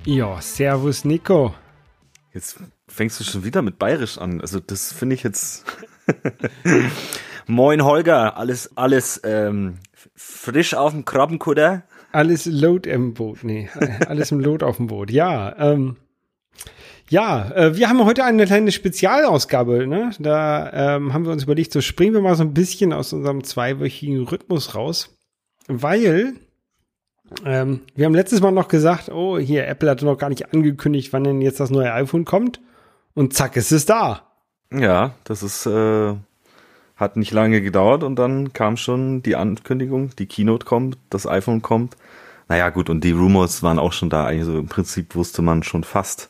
Ja, servus Nico. Jetzt fängst du schon wieder mit Bayerisch an. Also das finde ich jetzt... Moin Holger, alles frisch auf dem Krabbenkutter? Alles Load im Boot, alles im Load auf dem Boot. Ja, wir haben heute eine kleine Spezialausgabe, ne? Da haben wir uns überlegt, so springen wir mal so ein bisschen aus unserem zweiwöchigen Rhythmus raus, weil wir haben letztes Mal noch gesagt, oh, hier, Apple hatte noch gar nicht angekündigt, wann denn jetzt das neue iPhone kommt. Und zack, ist es da. Ja, das ist, hat nicht lange gedauert und dann kam schon die Ankündigung, die Keynote kommt, das iPhone kommt. Naja, gut, und die Rumors waren auch schon da. Also im Prinzip wusste man schon fast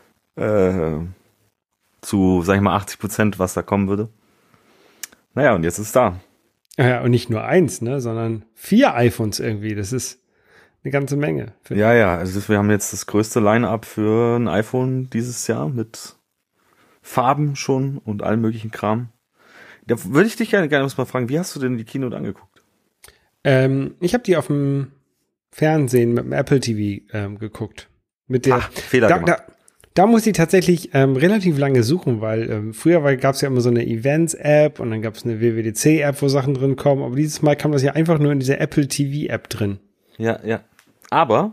zu, sag ich mal, 80%, was da kommen würde. Naja, und jetzt ist es da. Ja, und nicht nur eins, ne, sondern 4 iPhones irgendwie. Das ist eine ganze Menge. Ja, also wir haben jetzt das größte Line-Up für ein iPhone dieses Jahr mit Farben schon und allem möglichen Kram. Da würde ich dich gerne mal fragen, wie hast du denn die Keynote angeguckt? Ich habe die auf dem Fernsehen mit dem Apple TV geguckt. Mit der Fehler gemacht. Da muss ich tatsächlich relativ lange suchen, weil früher gab es ja immer so eine Events-App und dann gab es eine WWDC-App, wo Sachen drin kommen. Aber dieses Mal kam das ja einfach nur in dieser Apple TV-App drin. Ja. Aber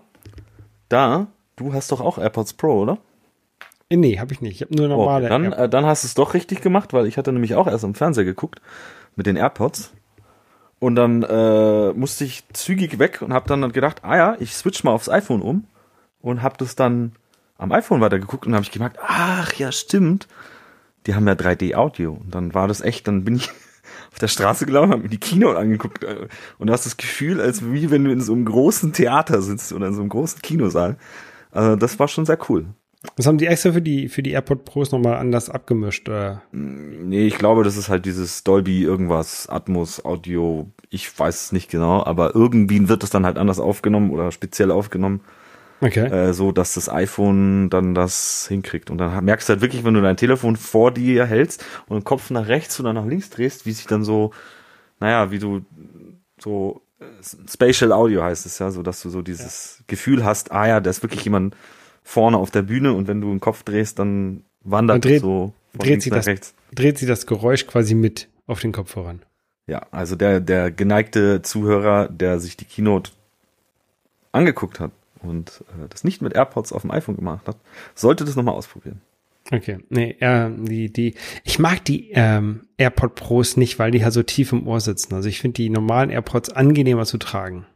du hast doch auch AirPods Pro, oder? Nee, habe ich nicht. Ich habe nur normale. Dann hast du es doch richtig gemacht, weil ich hatte nämlich auch erst am Fernseher geguckt mit den AirPods. Und dann musste ich zügig weg und habe dann gedacht, ich switch mal aufs iPhone um und habe das dann am iPhone weitergeguckt und habe ich gemerkt, ach ja, stimmt, die haben ja 3D-Audio. Und dann war das echt, dann bin ich auf der Straße gelaufen, habe mir die Keynote angeguckt und du hast das Gefühl, als wie wenn du in so einem großen Theater sitzt oder in so einem großen Kinosaal. Also das war schon sehr cool. Das haben die extra für die AirPod Pros nochmal anders abgemischt, oder? Nee, ich glaube, das ist halt dieses Dolby irgendwas, Atmos, Audio, ich weiß es nicht genau, aber irgendwie wird das dann halt anders aufgenommen oder speziell aufgenommen. Okay. So, dass das iPhone dann das hinkriegt. Und dann merkst du halt wirklich, wenn du dein Telefon vor dir hältst und den Kopf nach rechts oder nach links drehst, wie sich dann so, wie du so Spatial Audio heißt es ja, so dass du so dieses Gefühl hast, da ist wirklich jemand vorne auf der Bühne und wenn du den Kopf drehst, dann wandert so von links nach rechts. Dreht sie das Geräusch quasi mit auf den Kopfhörern. Ja, also der geneigte Zuhörer, der sich die Keynote angeguckt hat und das nicht mit AirPods auf dem iPhone gemacht hat, sollte das nochmal ausprobieren. Okay, nee, ich mag die AirPod Pros nicht, weil die halt so tief im Ohr sitzen. Also ich finde die normalen AirPods angenehmer zu tragen.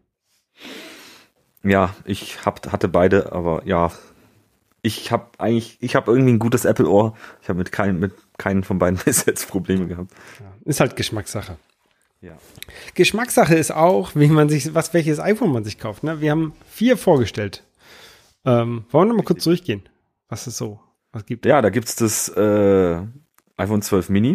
Ja, ich hatte beide, aber ja, ich habe irgendwie ein gutes Apple-Ohr. Ich habe mit keinen von beiden bis jetzt Probleme gehabt. Ja, ist halt Geschmackssache. Ja. Geschmackssache ist auch, welches iPhone man sich kauft. Ne? Wir haben 4 vorgestellt. Wollen wir noch mal kurz durchgehen, was gibt? Ja, da gibt's das iPhone 12 Mini.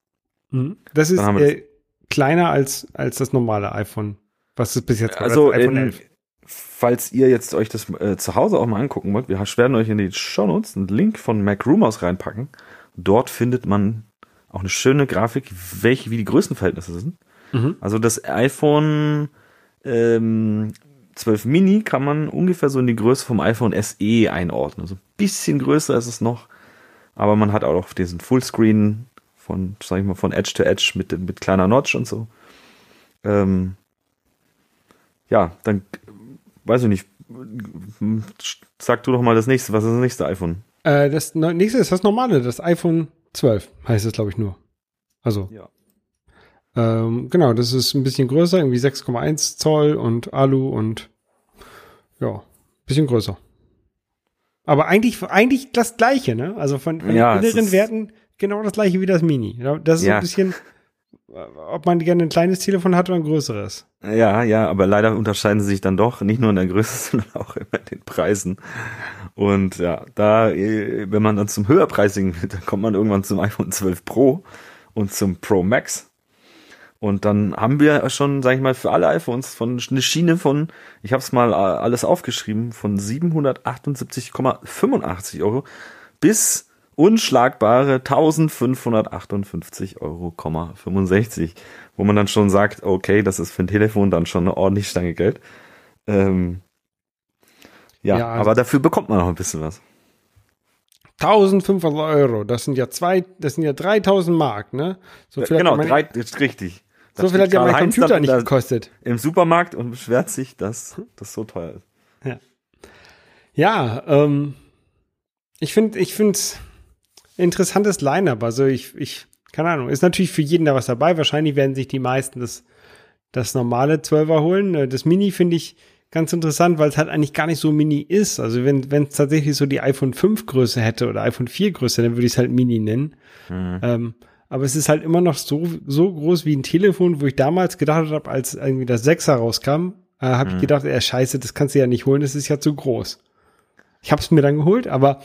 Das ist kleiner als das normale iPhone, was es bis jetzt war. Also iPhone 11. Falls ihr jetzt euch das zu Hause auch mal angucken wollt, wir werden euch in die Shownotes einen Link von MacRumors reinpacken. Dort findet man auch eine schöne Grafik, wie die Größenverhältnisse sind. Also das iPhone 12 Mini kann man ungefähr so in die Größe vom iPhone SE einordnen. Also ein bisschen größer ist es noch, aber man hat auch noch diesen Fullscreen von Edge to Edge mit kleiner Notch und so. Dann weiß ich nicht, sag du doch mal das nächste, was ist das nächste iPhone? Das nächste ist das normale, das iPhone 12 heißt es, glaube ich, nur. Also, ja. Genau, das ist ein bisschen größer, irgendwie 6,1 Zoll und Alu und ja, bisschen größer. Aber eigentlich das Gleiche, ne? Also von den inneren Werten genau das Gleiche wie das Mini. Das ist so ein bisschen, ob man gerne ein kleines Telefon hat oder ein größeres. Ja, aber leider unterscheiden sie sich dann doch, nicht nur in der Größe, sondern auch in den Preisen. Und ja, wenn man dann zum höherpreisigen will, dann kommt man irgendwann zum iPhone 12 Pro und zum Pro Max. Und dann haben wir schon, sag ich mal, für alle iPhones eine Schiene von, ich habe es mal alles aufgeschrieben, von 778,85 Euro bis unschlagbare 1558,65 Euro, wo man dann schon sagt, okay, das ist für ein Telefon dann schon eine ordentliche Stange Geld. Ja, aber dafür bekommt man noch ein bisschen was. 1.500 Euro, das sind ja 3.000 Mark, ne? So viel Genau, ist richtig. So viel hat ja mein Computer nicht gekostet. Im Supermarkt und beschwert sich, dass das so teuer ist. Ja, ich finde interessantes Line-Up. Also keine Ahnung, ist natürlich für jeden da was dabei. Wahrscheinlich werden sich die meisten das normale 12er holen. Das Mini finde ich ganz interessant, weil es halt eigentlich gar nicht so mini ist. Also wenn es tatsächlich so die iPhone 5 Größe hätte oder iPhone 4 Größe, dann würde ich es halt Mini nennen. Aber es ist halt immer noch so groß wie ein Telefon, wo ich damals gedacht habe, als irgendwie das 6er rauskam, habe ich gedacht, scheiße, das kannst du ja nicht holen, das ist ja zu groß. Ich habe es mir dann geholt, aber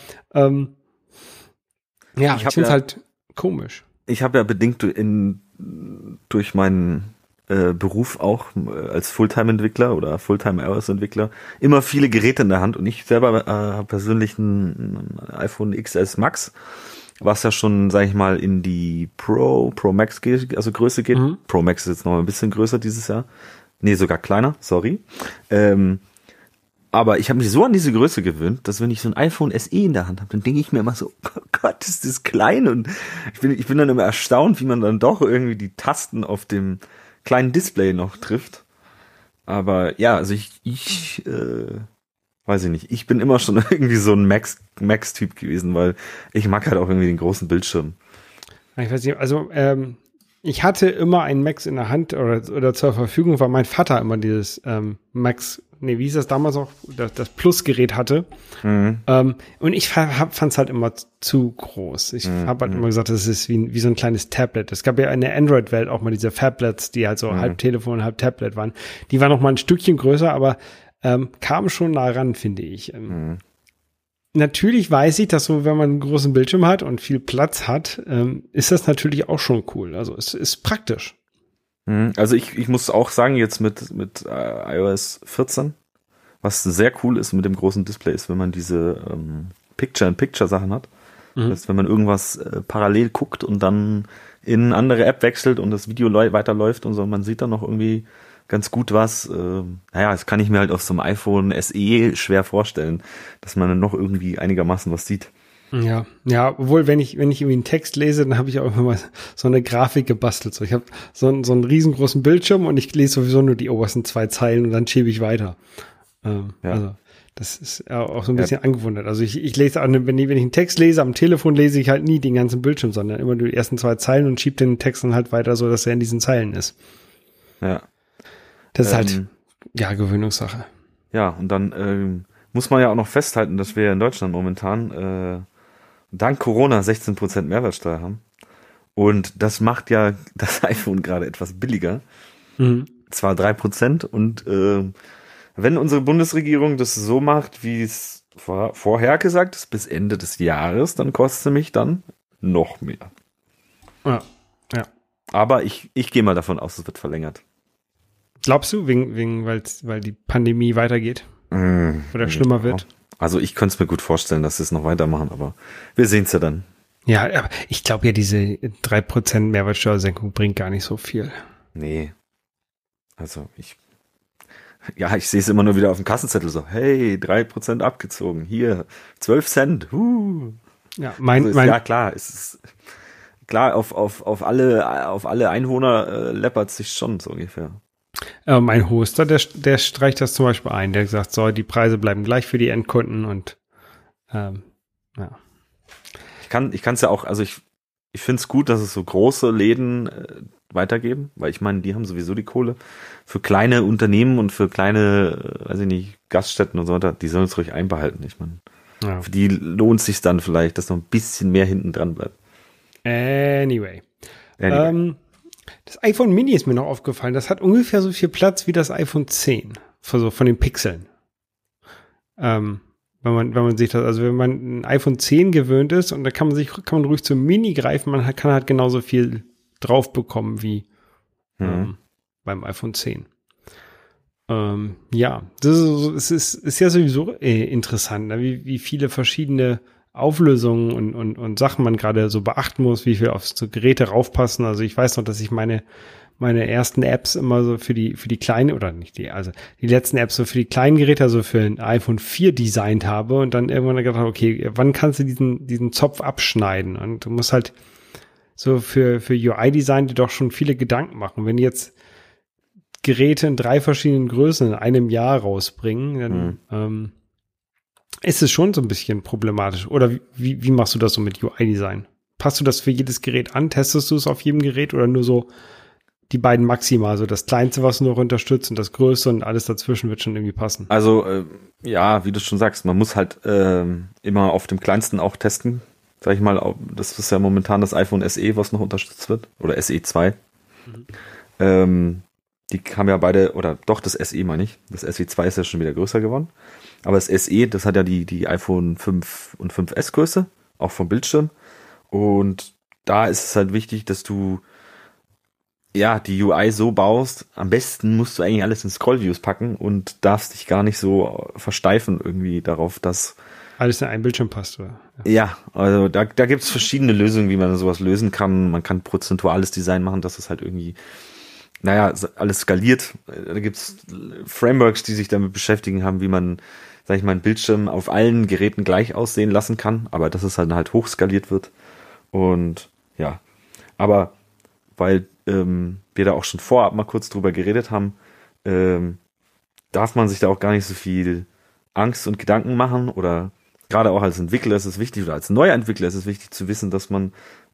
ich finde es halt komisch. Ich habe ja bedingt durch meinen Beruf auch als Fulltime-Entwickler oder Fulltime-iOS-Entwickler immer viele Geräte in der Hand und ich selber habe persönlich ein iPhone XS Max, was ja schon, sag ich mal, in die Pro Max also Größe geht. Pro Max ist jetzt noch ein bisschen größer dieses Jahr. Nee, sogar kleiner, sorry. Aber ich habe mich so an diese Größe gewöhnt, dass wenn ich so ein iPhone SE in der Hand habe, dann denke ich mir immer so, oh Gott, ist das klein. Und ich bin dann immer erstaunt, wie man dann doch irgendwie die Tasten auf dem kleinen Display noch trifft. Aber ja, also ich weiß ich nicht. Ich bin immer schon irgendwie so ein Max-Typ gewesen, weil ich mag halt auch irgendwie den großen Bildschirm. Ich weiß nicht, also ich hatte immer einen Max in der Hand oder zur Verfügung, weil mein Vater immer dieses Max, wie hieß das damals auch, das Plus-Gerät hatte. Und ich fand's halt immer zu groß. Ich habe halt immer gesagt, das ist wie so ein kleines Tablet. Es gab ja in der Android-Welt auch mal diese Phablets, die halt so halb Telefon, halb Tablet waren. Die waren noch mal ein Stückchen größer, aber kamen schon nah ran, finde ich. Natürlich weiß ich, dass so, wenn man einen großen Bildschirm hat und viel Platz hat, ist das natürlich auch schon cool. Also es ist praktisch. Also ich muss auch sagen, jetzt mit iOS 14, was sehr cool ist mit dem großen Display, ist, wenn man diese Picture-in-Picture-Sachen hat. Das heißt, wenn man irgendwas parallel guckt und dann in eine andere App wechselt und das Video weiterläuft und so, man sieht dann noch irgendwie ganz gut was. Das kann ich mir halt auf so einem iPhone SE schwer vorstellen, dass man dann noch irgendwie einigermaßen was sieht. Ja, obwohl, wenn ich irgendwie einen Text lese, dann habe ich auch immer mal so eine Grafik gebastelt. So, ich habe so einen riesengroßen Bildschirm und ich lese sowieso nur die obersten 2 Zeilen und dann schiebe ich weiter. Also das ist auch so ein bisschen angewundert. Also ich lese, wenn ich einen Text lese, am Telefon lese ich halt nie den ganzen Bildschirm, sondern immer nur die ersten 2 Zeilen und schiebe den Text dann halt weiter, so dass er in diesen Zeilen ist. Ja. Das ist halt, Gewöhnungssache. Ja, und dann muss man ja auch noch festhalten, dass wir in Deutschland momentan dank Corona 16% Mehrwertsteuer haben. Und das macht ja das iPhone gerade etwas billiger. Zwar 3%. Und wenn unsere Bundesregierung das so macht, wie es vorher gesagt ist, bis Ende des Jahres, dann kostet es mich dann noch mehr. Ja. Aber ich gehe mal davon aus, es wird verlängert. Glaubst du, weil die Pandemie weitergeht? Oder schlimmer wird? Also ich könnte es mir gut vorstellen, dass sie es noch weitermachen, aber wir sehen es ja dann. Ja, aber ich glaube ja, diese 3% Mehrwertsteuersenkung bringt gar nicht so viel. Nee. Also ich sehe es immer nur wieder auf dem Kassenzettel so, hey, 3% abgezogen, hier, 12 Cent. Ja, ja klar, es ist klar, auf alle Einwohner läppert es sich schon so ungefähr. Mein Hoster, der streicht das zum Beispiel ein. Der sagt, so, die Preise bleiben gleich für die Endkunden und Ich kann es ja auch, also ich finde es gut, dass es so große Läden weitergeben, weil ich meine, die haben sowieso die Kohle. Für kleine Unternehmen und für kleine, weiß ich nicht, Gaststätten und so weiter, die sollen es ruhig einbehalten. Ich meine, für die lohnt es sich dann vielleicht, dass noch ein bisschen mehr hinten dran bleibt. Anyway. Das iPhone Mini ist mir noch aufgefallen. Das hat ungefähr so viel Platz wie das iPhone 10. Von den Pixeln. Wenn man sich das, also wenn man ein iPhone 10 gewöhnt ist und da kann man ruhig zum Mini greifen, man kann halt genauso viel drauf bekommen wie beim iPhone 10. Das ist ja sowieso interessant, ne? Wie viele verschiedene Auflösungen und Sachen man gerade so beachten muss, wie viel auf so Geräte raufpassen. Also ich weiß noch, dass ich meine meine ersten Apps immer so für die kleinen, oder nicht die, also die letzten Apps so für die kleinen Geräte, also für ein iPhone 4 designt habe und dann irgendwann gedacht habe, okay, wann kannst du diesen Zopf abschneiden? Und du musst halt so für UI-Design dir doch schon viele Gedanken machen. Wenn die jetzt Geräte in 3 verschiedenen Größen in einem Jahr rausbringen, dann ist es schon so ein bisschen problematisch. Oder wie machst du das so mit UI-Design? Passt du das für jedes Gerät an? Testest du es auf jedem Gerät oder nur so die beiden maximal? So das Kleinste, was du noch unterstützt und das Größte und alles dazwischen wird schon irgendwie passen. Also, ja, wie du schon sagst, man muss halt immer auf dem Kleinsten auch testen. Sag ich mal, das ist ja momentan das iPhone SE, was noch unterstützt wird. Oder SE 2. Die haben ja beide, oder doch das SE meine ich. Das SE 2 ist ja schon wieder größer geworden. Aber das SE, das hat ja die iPhone 5 und 5S Größe, auch vom Bildschirm. Und da ist es halt wichtig, dass du ja die UI so baust. Am besten musst du eigentlich alles in Scrollviews packen und darfst dich gar nicht so versteifen irgendwie darauf, dass alles in einen Bildschirm passt, oder? Ja, also da gibt's verschiedene Lösungen, wie man sowas lösen kann. Man kann prozentuales Design machen, dass es halt irgendwie, naja, alles skaliert. Da gibt's Frameworks, die sich damit beschäftigen haben, wie man, sag ich mal, einen Bildschirm auf allen Geräten gleich aussehen lassen kann, aber dass es halt hochskaliert wird. Und ja, aber weil wir da auch schon vorab mal kurz drüber geredet haben, darf man sich da auch gar nicht so viel Angst und Gedanken machen, oder gerade auch als Entwickler ist es wichtig, oder als neuer Entwickler ist es wichtig zu wissen, dass man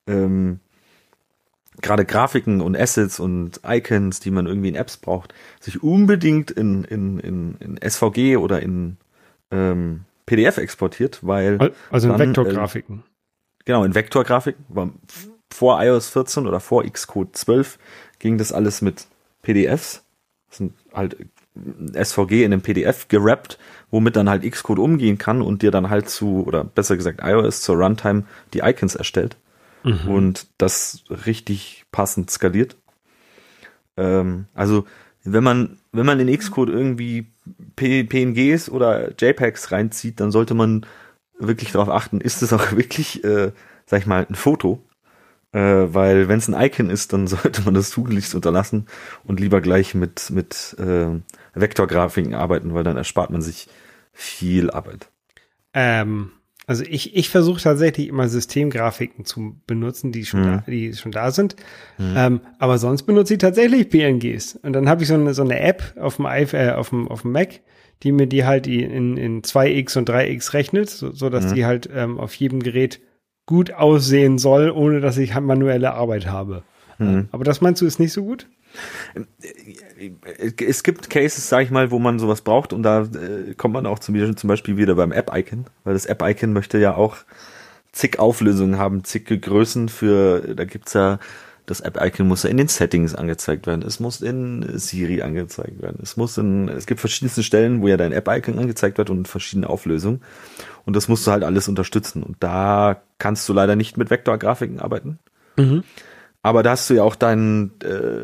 gerade Grafiken und Assets und Icons, die man irgendwie in Apps braucht, sich unbedingt in SVG oder in PDF exportiert, weil also in Vektorgrafiken. Genau, in Vektorgrafiken. Vor iOS 14 oder vor Xcode 12 ging das alles mit PDFs. Das sind halt SVG in einem PDF gerappt, womit dann halt Xcode umgehen kann und dir dann halt oder besser gesagt iOS zur Runtime die Icons erstellt. Und das richtig passend skaliert. Also wenn man in Xcode irgendwie PNGs oder JPEGs reinzieht, dann sollte man wirklich darauf achten, ist es auch wirklich, sag ich mal, ein Foto? Weil wenn es ein Icon ist, dann sollte man das tunlichst unterlassen und lieber gleich mit Vektorgrafiken arbeiten, weil dann erspart man sich viel Arbeit. Also ich versuche tatsächlich immer Systemgrafiken zu benutzen, die schon da sind. Aber sonst benutze ich tatsächlich PNGs. Und dann habe ich so eine App auf dem Mac, die mir die halt in 2x und 3x rechnet, so dass die halt auf jedem Gerät gut aussehen soll, ohne dass ich manuelle Arbeit habe. Aber das meinst du ist nicht so gut? Es gibt Cases, sag ich mal, wo man sowas braucht, und da kommt man auch zum Beispiel wieder beim App-Icon, weil das App-Icon möchte ja auch zig Auflösungen haben, zig Größen da gibt's ja, das App-Icon muss ja in den Settings angezeigt werden, es muss in Siri angezeigt werden, es gibt verschiedenste Stellen, wo ja dein App-Icon angezeigt wird und verschiedene Auflösungen, und das musst du halt alles unterstützen, und da kannst du leider nicht mit Vektorgrafiken arbeiten. Aber da hast du ja auch deinen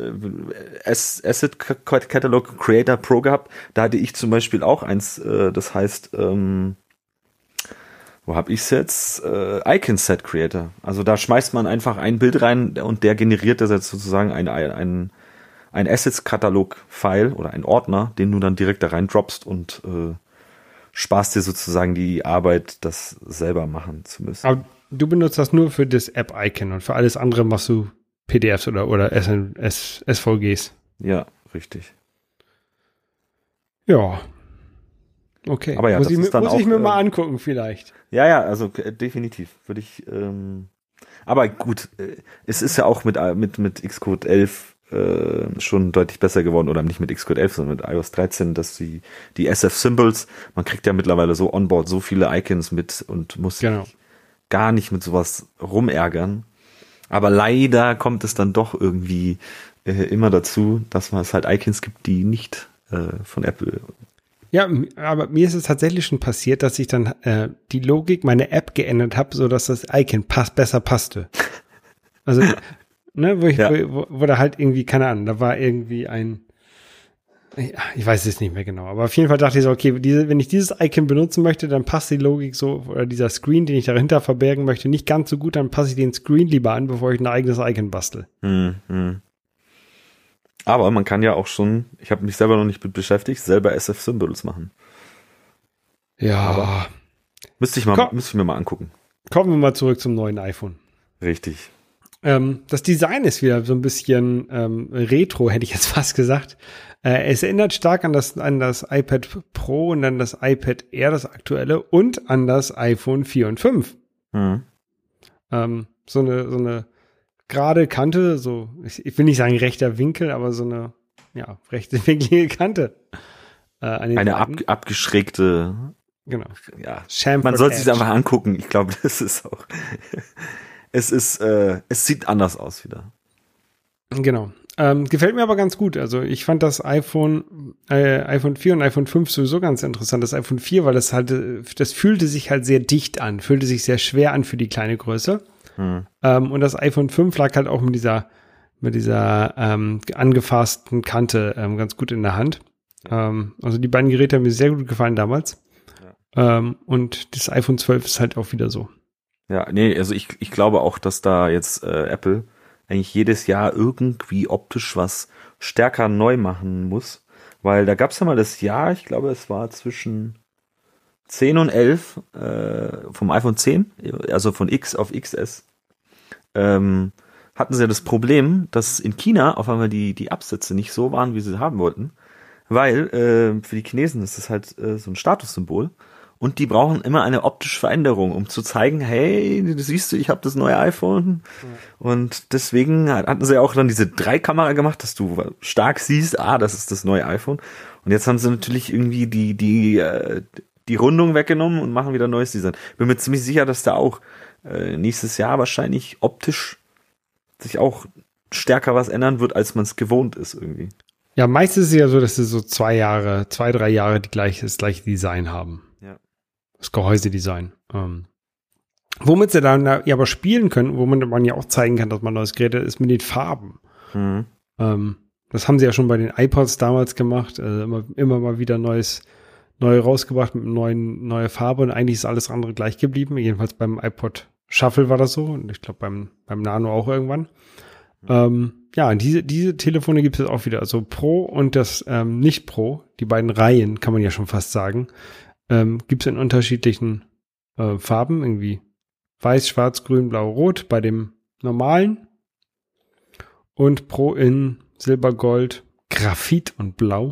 Asset Catalog Creator Pro gehabt. Da hatte ich zum Beispiel auch eins, das heißt, wo habe ich's jetzt? Icon Set Creator. Also da schmeißt man einfach ein Bild rein und der generiert das jetzt sozusagen ein Assets Katalog File oder ein Ordner, den du dann direkt da rein droppst und sparst dir sozusagen die Arbeit, das selber machen zu müssen. Aber du benutzt das nur für das App-Icon und für alles andere machst du PDFs oder SVGs. Ja, richtig. Ja. Okay. Aber ja, muss ich mir mal angucken vielleicht. Ja, also definitiv. Würde ich, aber gut, es ist ja auch mit Xcode 11 schon deutlich besser geworden, oder nicht mit Xcode 11, sondern mit iOS 13, dass die SF-Symbols, man kriegt ja mittlerweile so onboard so viele Icons mit und muss sich gar nicht mit sowas rumärgern. Aber leider kommt es dann doch irgendwie immer dazu, dass es halt Icons gibt, die nicht von Apple. Ja, aber mir ist es tatsächlich schon passiert, dass ich dann die Logik meiner App geändert habe, sodass das Icon besser passte. Also, ne, wo da halt irgendwie, keine Ahnung, da war irgendwie ich weiß es nicht mehr genau, aber auf jeden Fall dachte ich so, okay, wenn ich dieses Icon benutzen möchte, dann passt die Logik so, oder dieser Screen, den ich dahinter verbergen möchte, nicht ganz so gut, dann passe ich den Screen lieber an, bevor ich ein eigenes Icon bastel. Aber man kann ja auch schon, ich habe mich selber noch nicht mit beschäftigt, selber SF-Symbols machen. Ja. Aber müsste ich mir mal angucken. Kommen wir mal zurück zum neuen iPhone. Richtig. Das Design ist wieder so ein bisschen retro, hätte ich jetzt fast gesagt. Es erinnert stark an das iPad Pro und an das iPad Air, das aktuelle, und an das iPhone 4 und 5. Mhm. So eine gerade Kante, so, ich will nicht sagen rechter Winkel, aber so eine, ja, rechte winklige Kante. Eine abgeschrägte, genau. Ja, Chamfered man sollte es sich Edge. einfach angucken. Ich glaube, das ist auch, es sieht anders aus wieder. Genau. Gefällt mir aber ganz gut. Also ich fand das iPhone 4 und iPhone 5 sowieso ganz interessant. Das iPhone 4, weil das fühlte sich halt sehr dicht an, fühlte sich sehr schwer an für die kleine Größe. Und das iPhone 5 lag halt auch mit dieser angefassten Kante ganz gut in der Hand. Also die beiden Geräte haben mir sehr gut gefallen damals. Ja. Und das iPhone 12 ist halt auch wieder so. Ja, nee, also ich glaube auch, dass da jetzt Apple eigentlich jedes Jahr irgendwie optisch was stärker neu machen muss. Weil da gab es ja mal das Jahr, ich glaube, es war zwischen 10 und 11 vom iPhone 10, also von X auf XS, hatten sie ja das Problem, dass in China auf einmal die Absätze nicht so waren, wie sie haben wollten. Weil für die Chinesen ist das halt so ein Statussymbol. Und die brauchen immer eine optische Veränderung, um zu zeigen, hey, du siehst du, ich habe das neue iPhone. Ja. Und deswegen hatten sie auch dann diese 3-Kamera gemacht, dass du stark siehst, das ist das neue iPhone. Und jetzt haben sie natürlich irgendwie die Rundung weggenommen und machen wieder neues Design. Bin mir ziemlich sicher, dass da auch nächstes Jahr wahrscheinlich optisch sich auch stärker was ändern wird, als man es gewohnt ist irgendwie. Ja, meistens ist es ja so, dass sie so 2-3 Jahre das gleiche Design haben. Ja. Das Gehäusedesign. Womit sie dann ja aber spielen können, womit man ja auch zeigen kann, dass man neues Gerät hat, ist mit den Farben. Mhm. Das haben sie ja schon bei den iPods damals gemacht. Immer mal wieder neu rausgebracht mit neue Farbe, und eigentlich ist alles andere gleich geblieben. Jedenfalls beim iPod Shuffle war das so, und ich glaube beim Nano auch irgendwann. Ja, und diese Telefone gibt es jetzt auch wieder. Also Pro und das nicht Pro, die beiden Reihen, kann man ja schon fast sagen, gibt es in unterschiedlichen Farben, irgendwie weiß, schwarz, grün, blau, rot bei dem normalen, und Pro in Silber, Gold, Graphit und Blau.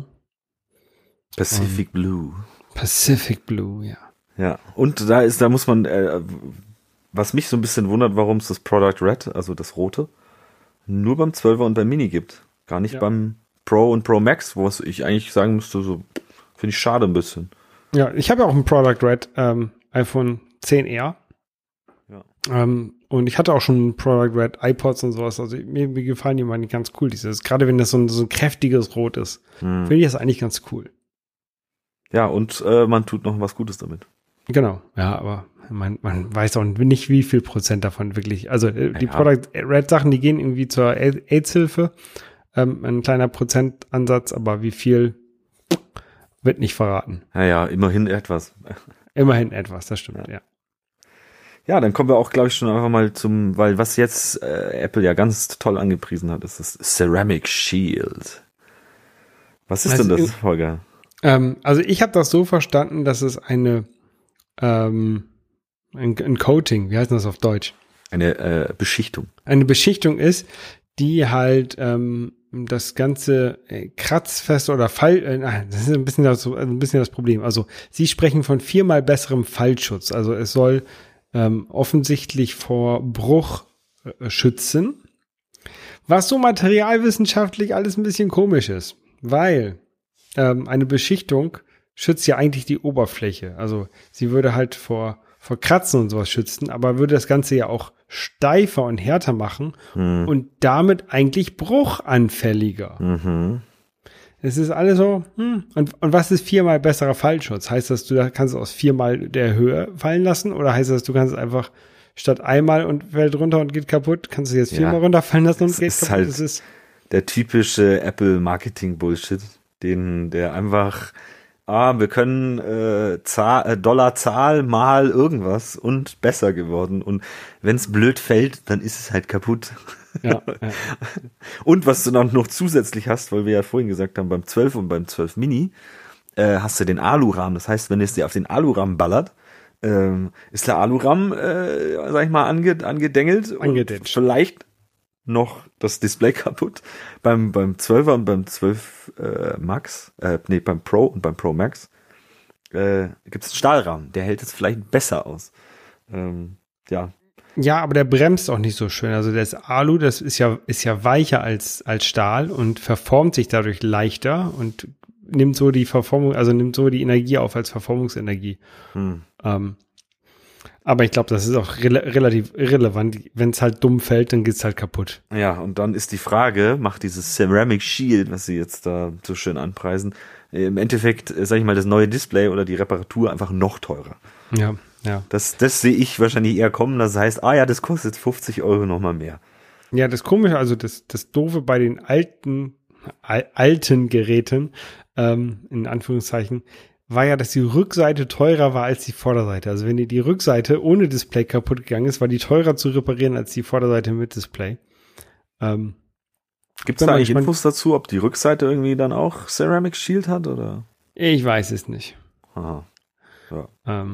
Pacific Blue. Pacific Blue, ja. Ja, und da muss man, was mich so ein bisschen wundert, warum es das Product Red, also das Rote, nur beim 12er und beim Mini gibt. Gar nicht beim Pro und Pro Max, was ich eigentlich sagen müsste, so finde ich schade ein bisschen. Ja, ich habe ja auch ein Product Red iPhone 10R. Ja. Und ich hatte auch schon ein Product Red iPods und sowas. Also mir gefallen die mal ganz cool. Gerade wenn das so ein kräftiges Rot ist, finde ich das eigentlich ganz cool. Ja, und man tut noch was Gutes damit. Genau, ja, aber man weiß auch nicht, wie viel Prozent davon wirklich, also die Product Red Sachen, die gehen irgendwie zur AIDS-Hilfe, ein kleiner Prozentansatz, aber wie viel wird nicht verraten. Ja, immerhin etwas. Immerhin etwas, das stimmt, ja. Ja, dann kommen wir auch, glaube ich, schon einfach mal weil was jetzt Apple ja ganz toll angepriesen hat, ist das Ceramic Shield. Was ist denn das, Holger? Also ich habe das so verstanden, dass es ein Coating, wie heißt das auf Deutsch? Eine Beschichtung. Eine Beschichtung ist, die halt das ganze kratzfest oder das ist ein bisschen das Problem. Also sie sprechen von 4-mal besserem Fallschutz. Also es soll offensichtlich vor Bruch schützen, was so materialwissenschaftlich alles ein bisschen komisch ist, weil eine Beschichtung schützt ja eigentlich die Oberfläche. Also sie würde halt vor Kratzen und sowas schützen, aber würde das Ganze ja auch steifer und härter machen und damit eigentlich bruchanfälliger. Es ist alles so, Und was ist 4-mal besserer Fallschutz? Heißt das, du kannst es aus 4-mal der Höhe fallen lassen? Oder heißt das, du kannst es einfach statt einmal und fällt runter und geht kaputt, kannst du jetzt 4-mal runterfallen lassen und geht kaputt? Halt das ist der typische Apple-Marketing-Bullshit, der einfach wir können Dollarzahl mal irgendwas und besser geworden. Und wenn es blöd fällt, dann ist es halt kaputt. Ja. Und was du dann noch zusätzlich hast, weil wir ja vorhin gesagt haben, beim 12 und beim 12 Mini, hast du den Alurahmen. Das heißt, wenn es dir auf den Alurahmen ballert, ist der Alurahmen, sag ich mal, angedengelt. Und vielleicht noch das Display kaputt. Beim 12er und beim 12 Max, beim Pro und beim Pro Max gibt es einen Stahlrahmen. Der hält es vielleicht besser aus. Ja. Ja, aber der bremst auch nicht so schön. Also das Alu, das ist ja weicher als Stahl und verformt sich dadurch leichter und nimmt so die Verformung, also nimmt so die Energie auf als Verformungsenergie. Aber ich glaube, das ist auch relativ irrelevant. Wenn es halt dumm fällt, dann geht's halt kaputt. Ja, und dann ist die Frage, macht dieses Ceramic Shield, was sie jetzt da so schön anpreisen, im Endeffekt, sag ich mal, das neue Display oder die Reparatur einfach noch teurer. Ja. Das sehe ich wahrscheinlich eher kommen. Das heißt, das kostet 50 € nochmal mehr. Ja, das Komische, also das Doofe bei den alten Geräten, in Anführungszeichen, war ja, dass die Rückseite teurer war als die Vorderseite. Also wenn die Rückseite ohne Display kaputt gegangen ist, war die teurer zu reparieren als die Vorderseite mit Display. Gibt es da eigentlich Infos dazu, ob die Rückseite irgendwie dann auch Ceramic Shield hat, oder? Ich weiß es nicht. Aha. Ja.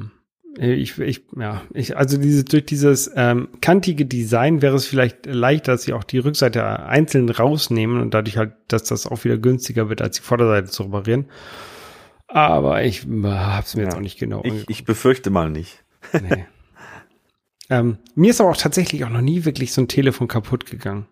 Also durch dieses kantige Design wäre es vielleicht leichter, dass sie auch die Rückseite einzeln rausnehmen und dadurch halt, dass das auch wieder günstiger wird, als die Vorderseite zu reparieren. Aber ich habe es mir jetzt auch nicht genau angeguckt. Ich befürchte mal nicht. Nee. Mir ist aber auch tatsächlich auch noch nie wirklich so ein Telefon kaputt gegangen.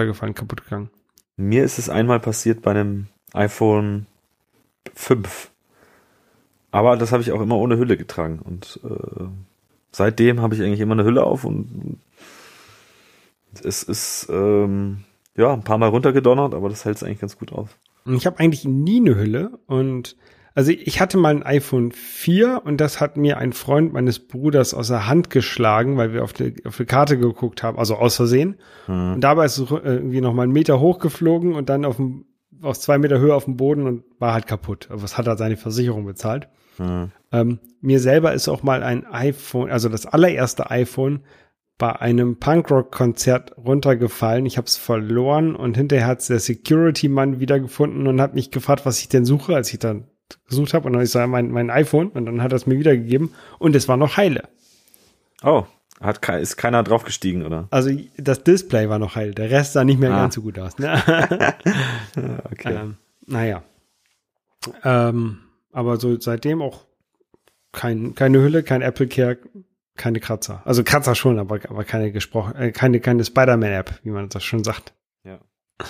Mir ist es einmal passiert bei einem iPhone 5. Aber das habe ich auch immer ohne Hülle getragen. Und seitdem habe ich eigentlich immer eine Hülle auf und es ist ein paar Mal runtergedonnert, aber das hält es eigentlich ganz gut aus. Ich habe eigentlich nie eine Hülle und also ich hatte mal ein iPhone 4 und das hat mir ein Freund meines Bruders aus der Hand geschlagen, weil wir auf die Karte geguckt haben, also aus Versehen. Und dabei ist es irgendwie noch mal 1 Meter hochgeflogen und dann aus 2 Meter Höhe auf dem Boden und war halt kaputt. Aber es hat halt seine Versicherung bezahlt. Mir selber ist auch mal ein iPhone, also das allererste iPhone, bei einem Punkrock-Konzert runtergefallen. Ich habe es verloren und hinterher hat es der Security-Mann wiedergefunden und hat mich gefragt, was ich denn suche, als ich dann gesucht habe. Und dann habe ich gesagt, mein iPhone. Und dann hat er es mir wiedergegeben und es war noch heile. Oh, ist keiner draufgestiegen, oder? Also das Display war noch heil. Der Rest sah nicht mehr ganz so gut aus. Ne? Okay. Aber so seitdem auch keine Hülle, kein Apple Care, keine Kratzer. Also Kratzer schon, aber keine keine Spider-Man-App, wie man das schon sagt. Ja.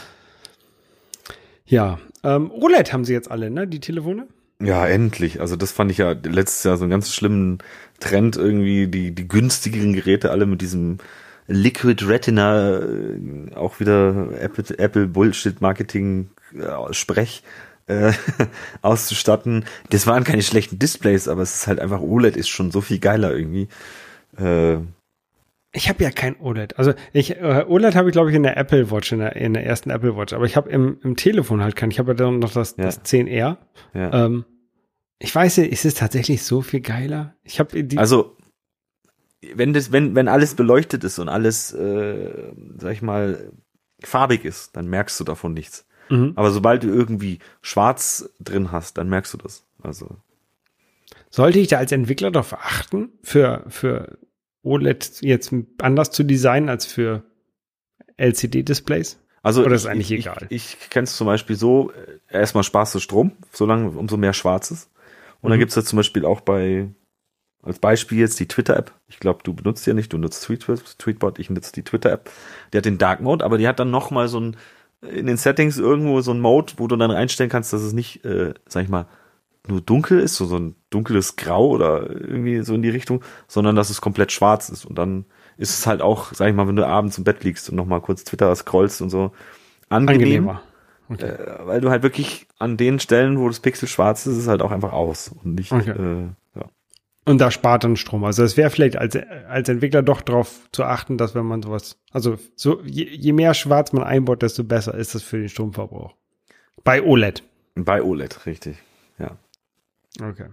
Ja, OLED haben sie jetzt alle, ne, die Telefone? Ja, endlich. Also das fand ich ja letztes Jahr so einen ganz schlimmen Trend irgendwie, die günstigeren Geräte alle mit diesem Liquid Retina, auch wieder Apple Bullshit Marketing Sprech auszustatten. Das waren keine schlechten Displays, aber es ist halt einfach, OLED ist schon so viel geiler irgendwie. Ich habe ja kein OLED. Also OLED habe ich, glaube ich, in der Apple Watch, in der ersten Apple Watch. Aber ich habe im Telefon halt keinen. Ich habe ja dann noch das 10R. Ja. Ich weiß nicht, ist es tatsächlich so viel geiler? Also wenn alles beleuchtet ist und alles, sag ich mal, farbig ist, dann merkst du davon nichts. Aber sobald du irgendwie schwarz drin hast, dann merkst du das. Also sollte ich da als Entwickler darauf achten, für OLED jetzt anders zu designen als für LCD-Displays? Also oder ist eigentlich egal? Ich kenne es zum Beispiel so, erstmal sparst du Strom, umso mehr Schwarzes. Und dann gibt's da zum Beispiel auch als Beispiel jetzt die Twitter-App. Ich glaube, du benutzt die ja nicht, du nutzt Tweetbot, ich nutze die Twitter-App. Die hat den Dark Mode, aber die hat dann noch mal in den Settings irgendwo so ein Mode, wo du dann einstellen kannst, dass es nicht, sag ich mal, nur dunkel ist, so ein dunkles Grau oder irgendwie so in die Richtung, sondern dass es komplett schwarz ist. Und dann ist es halt auch, sag ich mal, wenn du abends im Bett liegst und noch mal kurz Twitter scrollst und so, angenehmer. Okay. Weil du halt wirklich an den Stellen, wo das Pixel schwarz ist, ist es halt auch einfach aus und nicht, ja. Und da spart dann Strom. Also es wäre vielleicht als Entwickler doch darauf zu achten, dass wenn man sowas, also so je mehr Schwarz man einbaut, desto besser ist das für den Stromverbrauch. Bei OLED. Bei OLED, richtig, ja. Okay.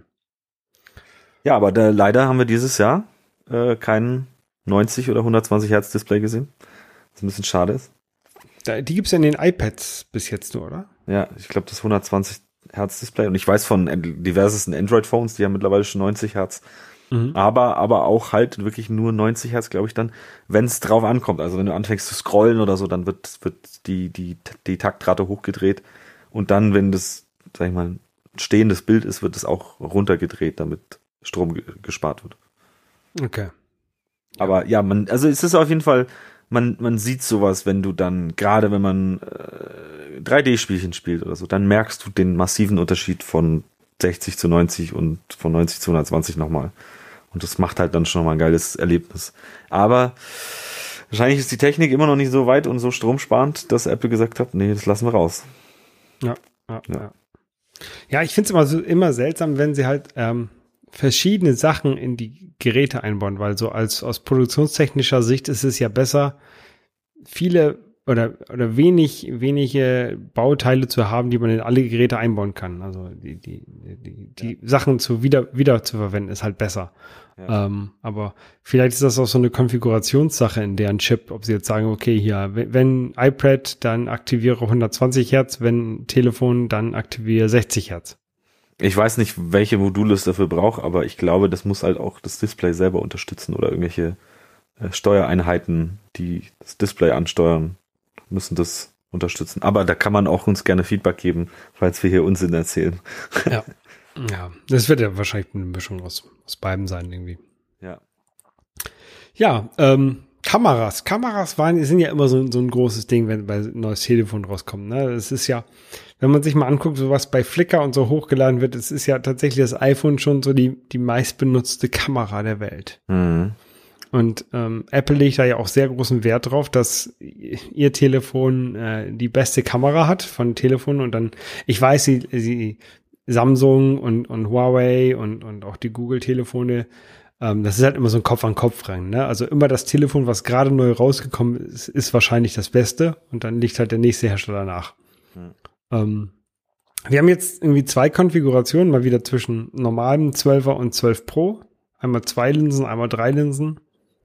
Ja, aber leider haben wir dieses Jahr kein 90 oder 120 Hertz Display gesehen. Was ein bisschen schade ist. Die gibt's ja in den iPads bis jetzt nur, oder? Ja, ich glaube, das 120 Hertz Display. Und ich weiß von diversesten Android-Phones, die haben mittlerweile schon 90 Hertz. Aber auch halt wirklich nur 90 Hertz, glaube ich, dann, wenn es drauf ankommt. Also wenn du anfängst zu scrollen oder so, dann wird die Taktrate hochgedreht. Und dann, wenn das, sag ich mal, ein stehendes Bild ist, wird es auch runtergedreht, damit Strom gespart wird. Okay. Aber ja, also es ist auf jeden Fall, man sieht sowas, wenn du dann, gerade wenn man 3D-Spielchen spielt oder so, dann merkst du den massiven Unterschied von 60 zu 90 und von 90 zu 120 nochmal. Und das macht halt dann schon mal ein geiles Erlebnis. Aber wahrscheinlich ist die Technik immer noch nicht so weit und so stromsparend, dass Apple gesagt hat, nee, das lassen wir raus. Ja. Ja, ich finde es immer seltsam, wenn sie halt verschiedene Sachen in die Geräte einbauen, weil so aus produktionstechnischer Sicht ist es ja besser, viele oder wenige Bauteile zu haben, die man in alle Geräte einbauen kann. Also die Sachen wieder zu verwenden ist halt besser. Ja. Aber vielleicht ist das auch so eine Konfigurationssache in deren Chip, ob sie jetzt sagen, okay, hier, wenn iPad, dann aktiviere 120 Hertz, wenn Telefon, dann aktiviere 60 Hertz. Ich weiß nicht, welche Module es dafür braucht, aber ich glaube, das muss halt auch das Display selber unterstützen oder irgendwelche Steuereinheiten, die das Display ansteuern, müssen das unterstützen. Aber da kann man auch uns gerne Feedback geben, falls wir hier Unsinn erzählen. Ja, das wird ja wahrscheinlich eine Mischung aus beiden sein irgendwie. Ja. Ja, Kameras sind ja immer so ein großes Ding, wenn bei ein neues Telefon rauskommt. Ne? Es ist ja, wenn man sich mal anguckt, so was bei Flickr und so hochgeladen wird, es ist ja tatsächlich das iPhone schon so die meistbenutzte Kamera der Welt. Mhm. Und Apple legt da ja auch sehr großen Wert drauf, dass ihr Telefon die beste Kamera hat von Telefonen. Und dann, ich weiß, sie Samsung und Huawei und auch die Google-Telefone, das ist halt immer so ein Kopf-an-Kopf-Rennen, ne? Also immer das Telefon, was gerade neu rausgekommen ist, ist wahrscheinlich das Beste und dann liegt halt der nächste Hersteller nach. Wir haben jetzt irgendwie 2 Konfigurationen, mal wieder zwischen normalem 12er und 12 Pro. Einmal 2 Linsen, einmal 3 Linsen.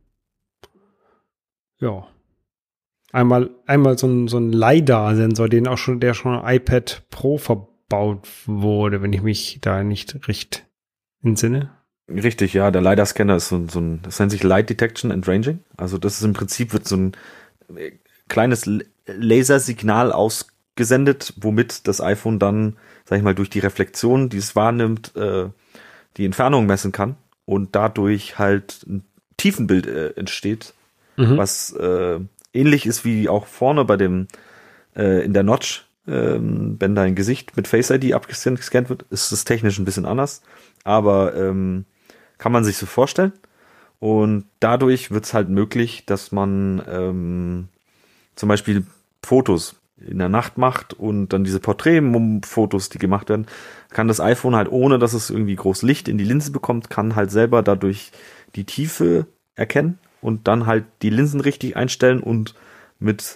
Ja. Einmal so ein LiDAR-Sensor, der schon iPad Pro verbaut wurde, wenn ich mich da nicht recht entsinne. Richtig, ja, der LiDAR-Scanner ist das nennt sich Light Detection and Ranging. Also das ist im Prinzip, wird so ein kleines Lasersignal ausgesendet, womit das iPhone dann, sag ich mal, durch die Reflexion, die es wahrnimmt, die Entfernung messen kann und dadurch halt ein Tiefenbild entsteht, was ähnlich ist wie auch vorne bei dem in der Notch, wenn dein Gesicht mit Face ID abgescannt wird, ist es technisch ein bisschen anders, aber kann man sich so vorstellen. Und dadurch wird es halt möglich, dass man zum Beispiel Fotos in der Nacht macht und dann diese Porträtfotos, die gemacht werden, kann das iPhone halt, ohne dass es irgendwie groß Licht in die Linse bekommt, kann halt selber dadurch die Tiefe erkennen und dann halt die Linsen richtig einstellen und mit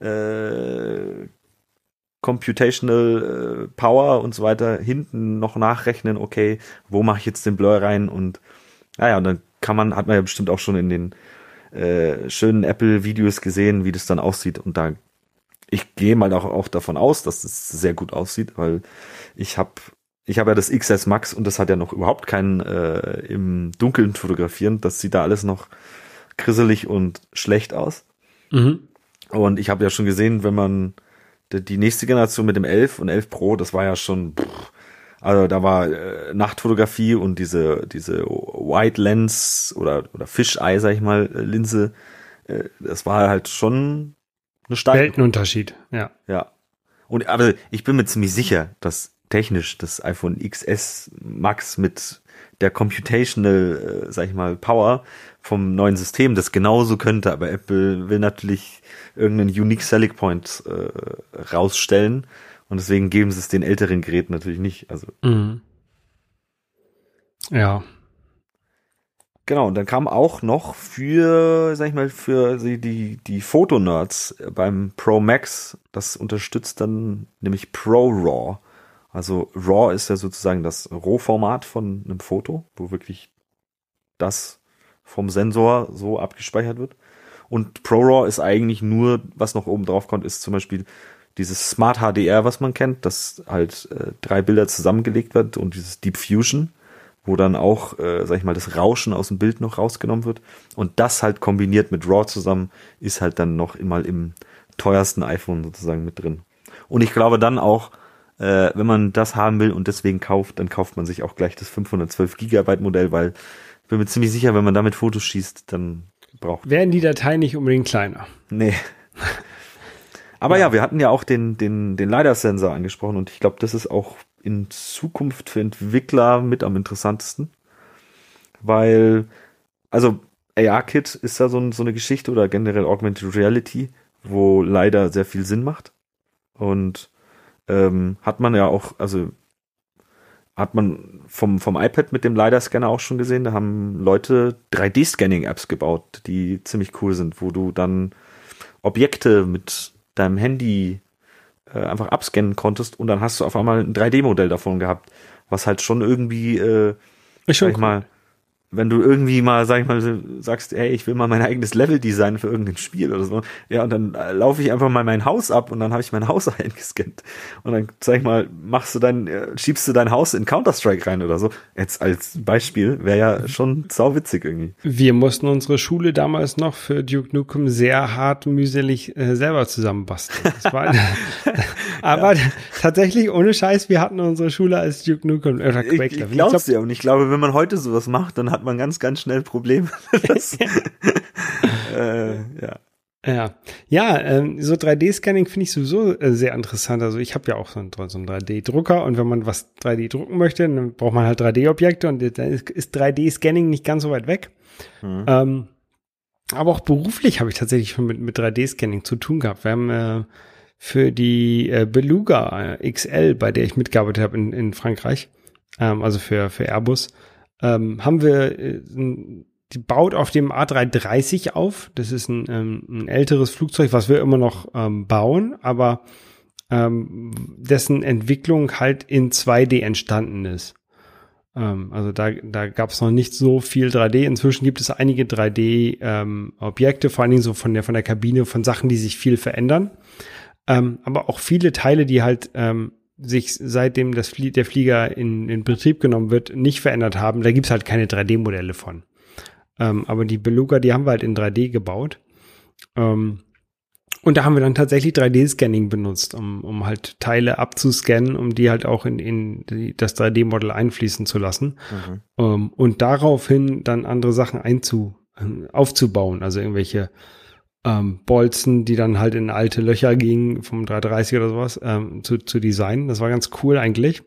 Computational Power und so weiter hinten noch nachrechnen, okay, wo mache ich jetzt den Blur rein und und dann hat man ja bestimmt auch schon in den schönen Apple-Videos gesehen, wie das dann aussieht und ich gehe mal auch davon aus, dass es sehr gut aussieht, weil ich habe ja das XS Max und das hat ja noch überhaupt keinen im Dunkeln fotografieren, das sieht da alles noch grisselig und schlecht aus. Und ich habe ja schon gesehen, wenn man die nächste Generation mit dem 11 und 11 Pro, das war ja schon, also da war Nachtfotografie und diese Wide Lens oder Fisheye, sag ich mal, Linse, das war halt schon eine Steigerung. Weltenunterschied, ja. Ja. Aber ich bin mir ziemlich sicher, dass technisch das iPhone XS Max mit der Computational, sag ich mal, Power vom neuen System das genauso könnte, aber Apple will natürlich irgendeinen Unique Selling Point rausstellen und deswegen geben sie es den älteren Geräten natürlich nicht. Also ja. Genau, und dann kam auch noch für die Fotonerds beim Pro Max, das unterstützt dann nämlich ProRAW. Also RAW ist ja sozusagen das Rohformat von einem Foto, wo wirklich das vom Sensor so abgespeichert wird. Und ProRAW ist eigentlich nur, was noch oben drauf kommt, ist zum Beispiel dieses Smart HDR, was man kennt, dass halt 3 Bilder zusammengelegt wird und dieses Deep Fusion, wo dann auch, sag ich mal, das Rauschen aus dem Bild noch rausgenommen wird. Und das halt kombiniert mit RAW zusammen ist halt dann noch mal im teuersten iPhone sozusagen mit drin. Und ich glaube dann auch, wenn man das haben will und deswegen kauft, dann kauft man sich auch gleich das 512 Gigabyte Modell, weil ich bin mir ziemlich sicher, wenn man damit Fotos schießt, dann werden die Dateien nicht unbedingt kleiner. Nee. Aber ja, wir hatten ja auch den LiDAR-Sensor angesprochen und ich glaube, das ist auch in Zukunft für Entwickler mit am interessantesten, weil, also AR-Kit ist ja so eine Geschichte oder generell Augmented Reality, wo LiDAR sehr viel Sinn macht und hat man ja auch, also hat man vom iPad mit dem LiDAR-Scanner auch schon gesehen, da haben Leute 3D-Scanning-Apps gebaut, die ziemlich cool sind, wo du dann Objekte mit deinem Handy einfach abscannen konntest und dann hast du auf einmal ein 3D-Modell davon gehabt, was halt schon irgendwie, ist schon cool. mal, wenn du irgendwie mal, sag ich mal, sagst, hey, ich will mal mein eigenes Level designen für irgendein Spiel oder so, ja, und dann laufe ich einfach mal mein Haus ab und dann habe ich mein Haus eingescannt und dann, sag ich mal, schiebst du dein Haus in Counter-Strike rein oder so. Jetzt als Beispiel wäre ja schon sauwitzig irgendwie. Wir mussten unsere Schule damals noch für Duke Nukem sehr hart mühselig selber zusammenbasteln. Das war, aber tatsächlich, ohne Scheiß, wir hatten unsere Schule als Duke Nukem oder Quake. Ich glaub's dir und ich glaube, wenn man heute sowas macht, dann hat man ganz, ganz schnell Probleme. Ja, so 3D-Scanning finde ich sowieso sehr interessant. Also ich habe ja auch so einen 3D-Drucker und wenn man was 3D drucken möchte, dann braucht man halt 3D-Objekte und dann ist 3D-Scanning nicht ganz so weit weg. Aber auch beruflich habe ich tatsächlich schon mit 3D-Scanning zu tun gehabt. Wir haben für die Beluga XL, bei der ich mitgearbeitet habe in Frankreich, also für Airbus, haben wir, die baut auf dem A330 auf. Das ist ein älteres Flugzeug, was wir immer noch bauen, aber dessen Entwicklung halt in 2D entstanden ist. Also da gab es noch nicht so viel 3D. Inzwischen gibt es einige 3D-Objekte, vor allen Dingen so von der Kabine, von Sachen, die sich viel verändern. Aber auch viele Teile, die halt sich seitdem der Flieger in Betrieb genommen wird, nicht verändert haben. Da gibt's halt keine 3D-Modelle von. Aber die Beluga, die haben wir halt in 3D gebaut. Und da haben wir dann tatsächlich 3D-Scanning benutzt, um halt Teile abzuscannen, um die halt auch in das 3D-Modell einfließen zu lassen. Und daraufhin dann andere Sachen aufzubauen. Also irgendwelche Bolzen, die dann halt in alte Löcher gingen, vom 330 oder sowas, zu designen. Das war ganz cool eigentlich.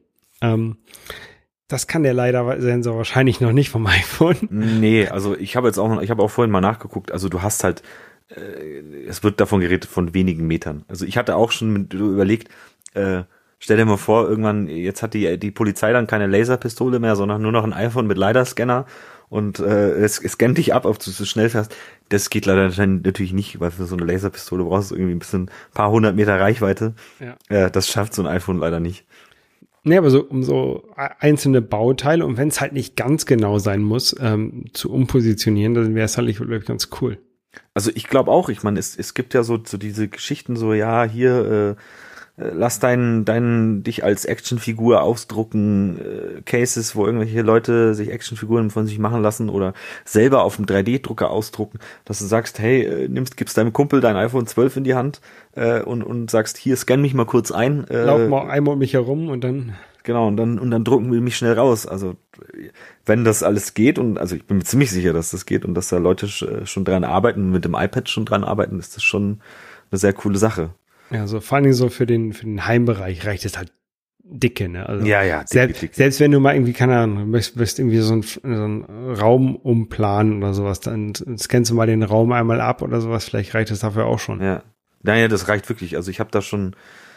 Das kann der LiDAR-Sensor wahrscheinlich noch nicht vom iPhone. Nee, also ich habe auch vorhin mal nachgeguckt, also du hast halt, es wird davon geredet von wenigen Metern. Also ich hatte auch schon überlegt, stell dir mal vor, irgendwann, jetzt hat die Polizei dann keine Laserpistole mehr, sondern nur noch ein iPhone mit LiDAR-Scanner und es scannt dich ab, ob du so schnell fährst. Das geht leider natürlich nicht, weil für so eine Laserpistole brauchst du irgendwie ein paar 100 Meter Reichweite. Ja. Das schafft so ein iPhone leider nicht. Nee, aber so um so einzelne Bauteile und wenn es halt nicht ganz genau sein muss, zu umpositionieren, dann wäre es halt wirklich ganz cool. Also ich glaube auch, ich meine, es gibt ja so diese Geschichten, so ja, hier lass dich als Actionfigur ausdrucken, Cases, wo irgendwelche Leute sich Actionfiguren von sich machen lassen oder selber auf dem 3D-Drucker ausdrucken, dass du sagst, hey, gibst deinem Kumpel dein iPhone 12 in die Hand und sagst, hier, scan mich mal kurz ein. Lauf mal einmal um mich herum und dann... Genau, und dann drucken wir mich schnell raus. Also wenn das alles geht, und also ich bin mir ziemlich sicher, dass das geht und dass da Leute schon dran arbeiten, mit dem iPad schon dran arbeiten, ist das schon eine sehr coole Sache. Ja, so vor allen Dingen so für den Heimbereich reicht es halt dicke, ne? Also ja, dicke. Selbst wenn du mal irgendwie, keine Ahnung, möchtest irgendwie so einen Raum umplanen oder sowas, dann scannst du mal den Raum einmal ab oder sowas, vielleicht reicht es dafür auch schon. Ja, naja, das reicht wirklich. Also ich habe da schon,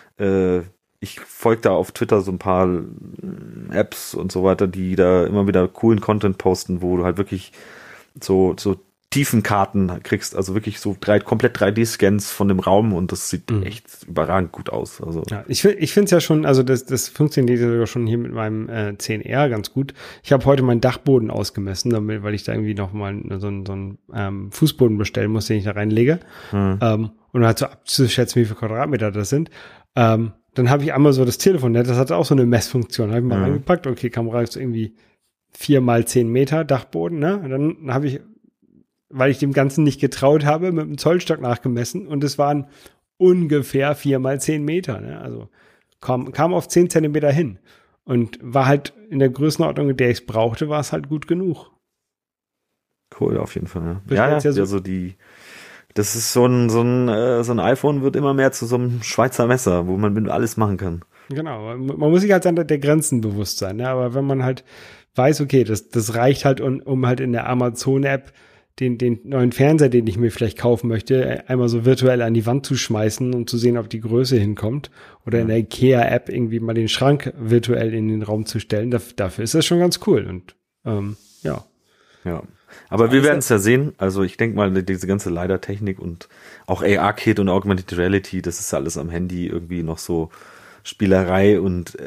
ich folge da auf Twitter so ein paar Apps und so weiter, die da immer wieder coolen Content posten, wo du halt wirklich so Tiefenkarten kriegst, also wirklich so komplett 3D-Scans von dem Raum und das sieht echt überragend gut aus. Also ja, ich finde es ja schon, also das funktioniert ja sogar schon hier mit meinem 10R ganz gut. Ich habe heute meinen Dachboden ausgemessen, weil ich da irgendwie noch mal so einen Fußboden bestellen muss, den ich da reinlege. Und halt so abzuschätzen, wie viele Quadratmeter das sind. Dann habe ich einmal so das Telefon, das hatte auch so eine Messfunktion. Habe ich mal reingepackt, okay, Kamera ist irgendwie 4 mal 10 Meter Dachboden, ne? Und dann habe ich, weil ich dem Ganzen nicht getraut habe, mit dem Zollstock nachgemessen und es waren ungefähr 4 mal 10 Meter, ne? Also kam auf 10 Zentimeter hin und war halt in der Größenordnung, in der ich es brauchte, war es halt gut genug. Cool, auf jeden Fall. Ja, also das ist so ein iPhone wird immer mehr zu so einem Schweizer Messer, wo man mit alles machen kann. Genau, man muss sich halt an der Grenzen bewusst sein, ne? Aber wenn man halt weiß, okay, das reicht halt, um halt in der Amazon-App den neuen Fernseher, den ich mir vielleicht kaufen möchte, einmal so virtuell an die Wand zu schmeißen und zu sehen, ob die Größe hinkommt. Oder in der IKEA-App irgendwie mal den Schrank virtuell in den Raum zu stellen. Dafür ist das schon ganz cool. Und ja. Ja. Aber wir werden es ja sehen. Also ich denke mal, diese ganze LiDAR-Technik und auch AR-Kit und Augmented Reality, das ist alles am Handy irgendwie noch so Spielerei und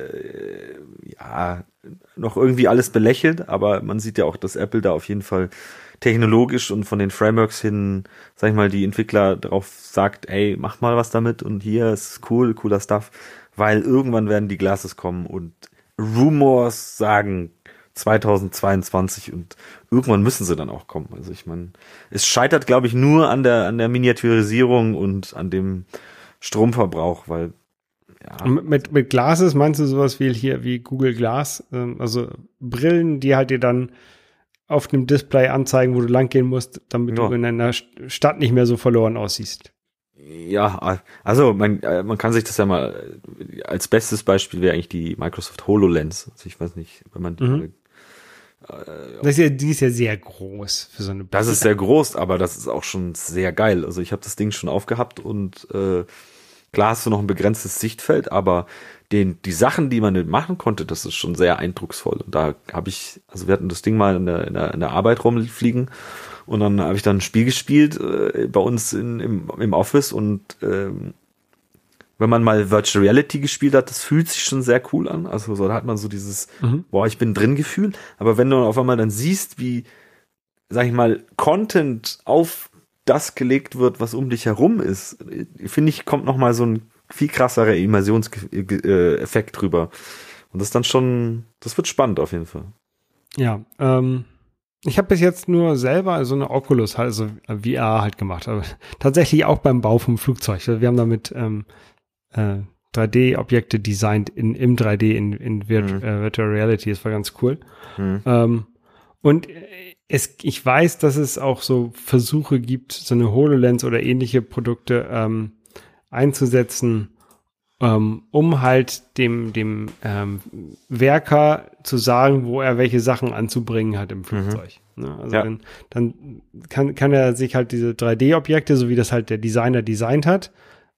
noch irgendwie alles belächelt, aber man sieht ja auch, dass Apple da auf jeden Fall technologisch und von den Frameworks hin, sag ich mal, die Entwickler drauf sagt, ey, mach mal was damit und hier ist cool, cooler Stuff, weil irgendwann werden die Glasses kommen und Rumors sagen 2022 und irgendwann müssen sie dann auch kommen. Also ich meine, es scheitert, glaube ich, nur an der Miniaturisierung und an dem Stromverbrauch, weil ja. Mit Glasses meinst du sowas wie Google Glass, also Brillen, die halt dir dann auf dem Display anzeigen, wo du lang gehen musst, damit du in einer Stadt nicht mehr so verloren aussiehst. Ja, also man kann sich das ja mal, als bestes Beispiel wäre eigentlich die Microsoft HoloLens. Also ich weiß nicht, wenn man die die ist ja sehr groß für so eine Das ist sehr groß, aber das ist auch schon sehr geil. Also ich habe das Ding schon aufgehabt und klar hast du noch ein begrenztes Sichtfeld, aber die Sachen, die man damit machen konnte, das ist schon sehr eindrucksvoll. Und da habe ich, also wir hatten das Ding mal in der Arbeit rumfliegen und dann habe ich dann ein Spiel gespielt bei uns im Office und wenn man mal Virtual Reality gespielt hat, das fühlt sich schon sehr cool an. Also so, da hat man so dieses, boah, ich bin drin Gefühl. Aber wenn du auf einmal dann siehst, wie, sag ich mal, Content auf das gelegt wird, was um dich herum ist, finde ich, kommt noch mal so ein viel krasserer Immersionseffekt drüber. Und das ist dann schon, das wird spannend auf jeden Fall. Ja, ich habe bis jetzt nur selber so eine Oculus, also VR halt gemacht, aber tatsächlich auch beim Bau vom Flugzeug. Wir haben damit 3D-Objekte designt im 3D in Virtual Reality. Das war ganz cool. Und ich weiß, dass es auch so Versuche gibt, so eine HoloLens oder ähnliche Produkte einzusetzen, um halt dem Werker zu sagen, wo er welche Sachen anzubringen hat im Flugzeug. Ne? Also dann kann er sich halt diese 3D-Objekte, so wie das halt der Designer designt hat,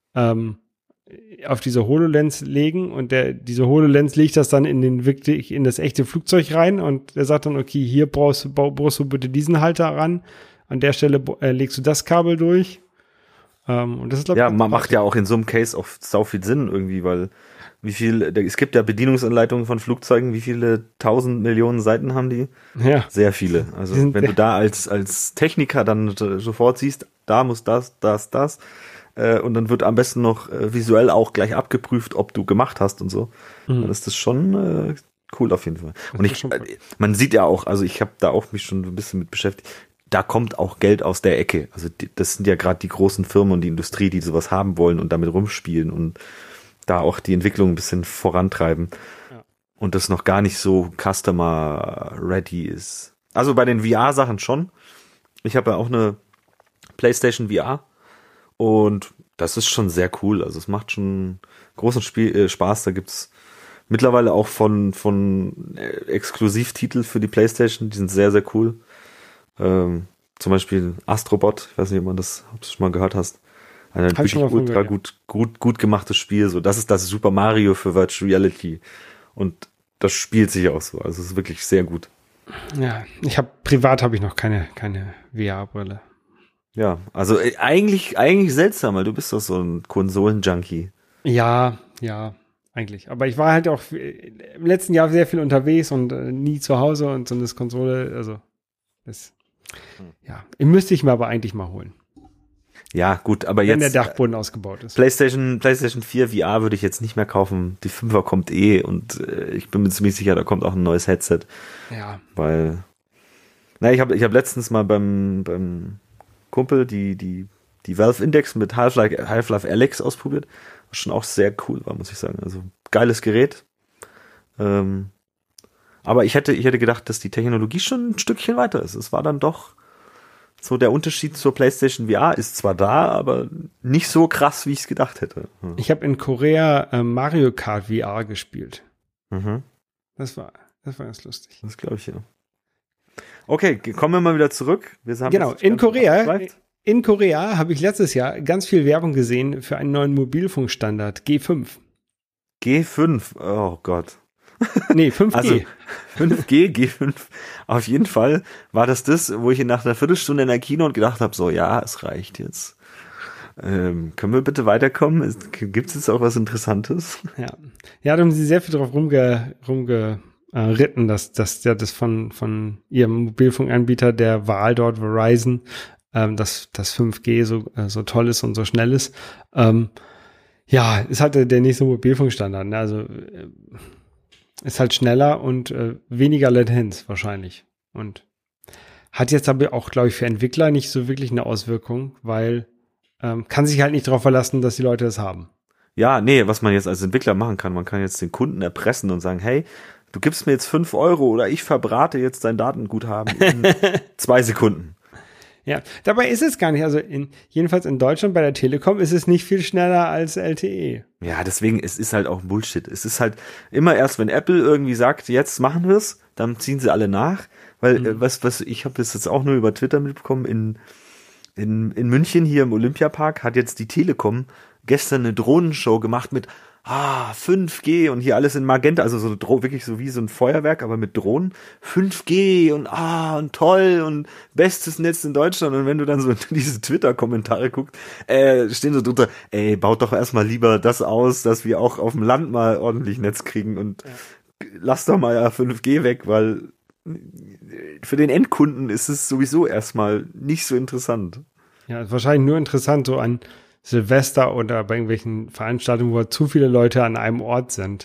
auf diese HoloLens legen und diese HoloLens legt das dann in das echte Flugzeug rein und er sagt dann, okay, hier brauchst du bitte diesen Halter ran, an der Stelle legst du das Kabel durch. Und das ist, ja, man macht ja auch in so einem Case auch sau viel Sinn irgendwie, weil es gibt ja Bedienungsanleitungen von Flugzeugen, wie viele 1000 Millionen Seiten haben die? Ja. Sehr viele. Also wenn du da als Techniker dann sofort siehst, da muss das, und dann wird am besten noch visuell auch gleich abgeprüft, ob du gemacht hast und so. Dann ist das schon cool auf jeden Fall. Und man sieht ja auch, also ich habe da auch mich schon ein bisschen mit beschäftigt, da kommt auch Geld aus der Ecke. Also das sind ja gerade die großen Firmen und die Industrie, die sowas haben wollen und damit rumspielen und da auch die Entwicklung ein bisschen vorantreiben. Ja. Und das noch gar nicht so customer-ready ist. Also bei den VR-Sachen schon. Ich habe ja auch eine PlayStation VR. Und das ist schon sehr cool. Also es macht schon großen Spaß. Da gibt's mittlerweile auch von Exklusivtitel für die PlayStation. Die sind sehr, sehr cool. Zum Beispiel Astrobot. Ich weiß nicht, ob du das schon mal gehört hast. Ein wirklich ultra gut gemachtes Spiel. So, das ist das Super Mario für Virtual Reality. Und das spielt sich auch so. Also es ist wirklich sehr gut. Ja, privat habe ich noch keine VR-Brille. Ja, also eigentlich seltsam, weil du bist doch so ein Konsolen-Junkie. Ja, eigentlich. Aber ich war halt auch im letzten Jahr sehr viel unterwegs und nie zu Hause und so eine Konsole, also müsste ich mir aber eigentlich mal holen. Ja, gut, aber wenn jetzt. der Dachboden ausgebaut ist. PlayStation 4 VR würde ich jetzt nicht mehr kaufen. Die 5er kommt und ich bin mir ziemlich sicher, da kommt auch ein neues Headset. Ja. Weil, ich hab letztens mal beim Kumpel die Valve Index mit Half-Life Alyx ausprobiert. Was schon auch sehr cool war, muss ich sagen. Also, geiles Gerät. Aber ich hätte gedacht, dass die Technologie schon ein Stückchen weiter ist. Es war dann doch so, der Unterschied zur PlayStation VR ist zwar da, aber nicht so krass, wie ich es gedacht hätte. Ich habe in Korea Mario Kart VR gespielt. Mhm. Das war ganz lustig. Das glaube ich, ja. Okay, kommen wir mal wieder zurück. Genau, in Korea habe ich letztes Jahr ganz viel Werbung gesehen für einen neuen Mobilfunkstandard, G5. G5, oh Gott. Nee, 5G. Also 5G, G5. Auf jeden Fall war das, wo ich nach einer Viertelstunde in der Kino und gedacht habe, so, ja, es reicht jetzt. Können wir bitte weiterkommen? Gibt es jetzt auch was Interessantes? Ja, da haben sie sehr viel drauf rumgeritten, dass das von ihrem Mobilfunkanbieter der Wahl dort, Verizon, dass das 5G so toll ist und so schnell ist. Ist halt der nächste Mobilfunkstandard. Ne? Also ist halt schneller und weniger Latenz wahrscheinlich. Und hat jetzt aber auch, glaube ich, für Entwickler nicht so wirklich eine Auswirkung, weil kann sich halt nicht darauf verlassen, dass die Leute das haben. Ja, nee, was man jetzt als Entwickler machen kann, man kann jetzt den Kunden erpressen und sagen, hey, du gibst mir jetzt 5 Euro oder ich verbrate jetzt dein Datenguthaben in 2 Sekunden. Ja, dabei ist es gar nicht. Also jedenfalls in Deutschland bei der Telekom ist es nicht viel schneller als LTE. Ja, deswegen, es ist halt auch Bullshit. Es ist halt immer erst, wenn Apple irgendwie sagt, jetzt machen wir's, dann ziehen sie alle nach. Weil, ich habe das jetzt auch nur über Twitter mitbekommen, in München hier im Olympiapark hat jetzt die Telekom gestern eine Drohnenshow gemacht mit 5G und hier alles in Magenta, also wirklich so wie so ein Feuerwerk, aber mit Drohnen. 5G und toll und bestes Netz in Deutschland. Und wenn du dann so diese Twitter-Kommentare guckst, stehen so drunter, baut doch erstmal lieber das aus, dass wir auch auf dem Land mal ordentlich Netz kriegen und lass doch mal 5G weg, weil für den Endkunden ist es sowieso erstmal nicht so interessant. Ja, ist wahrscheinlich nur interessant so an Silvester oder bei irgendwelchen Veranstaltungen, wo zu viele Leute an einem Ort sind.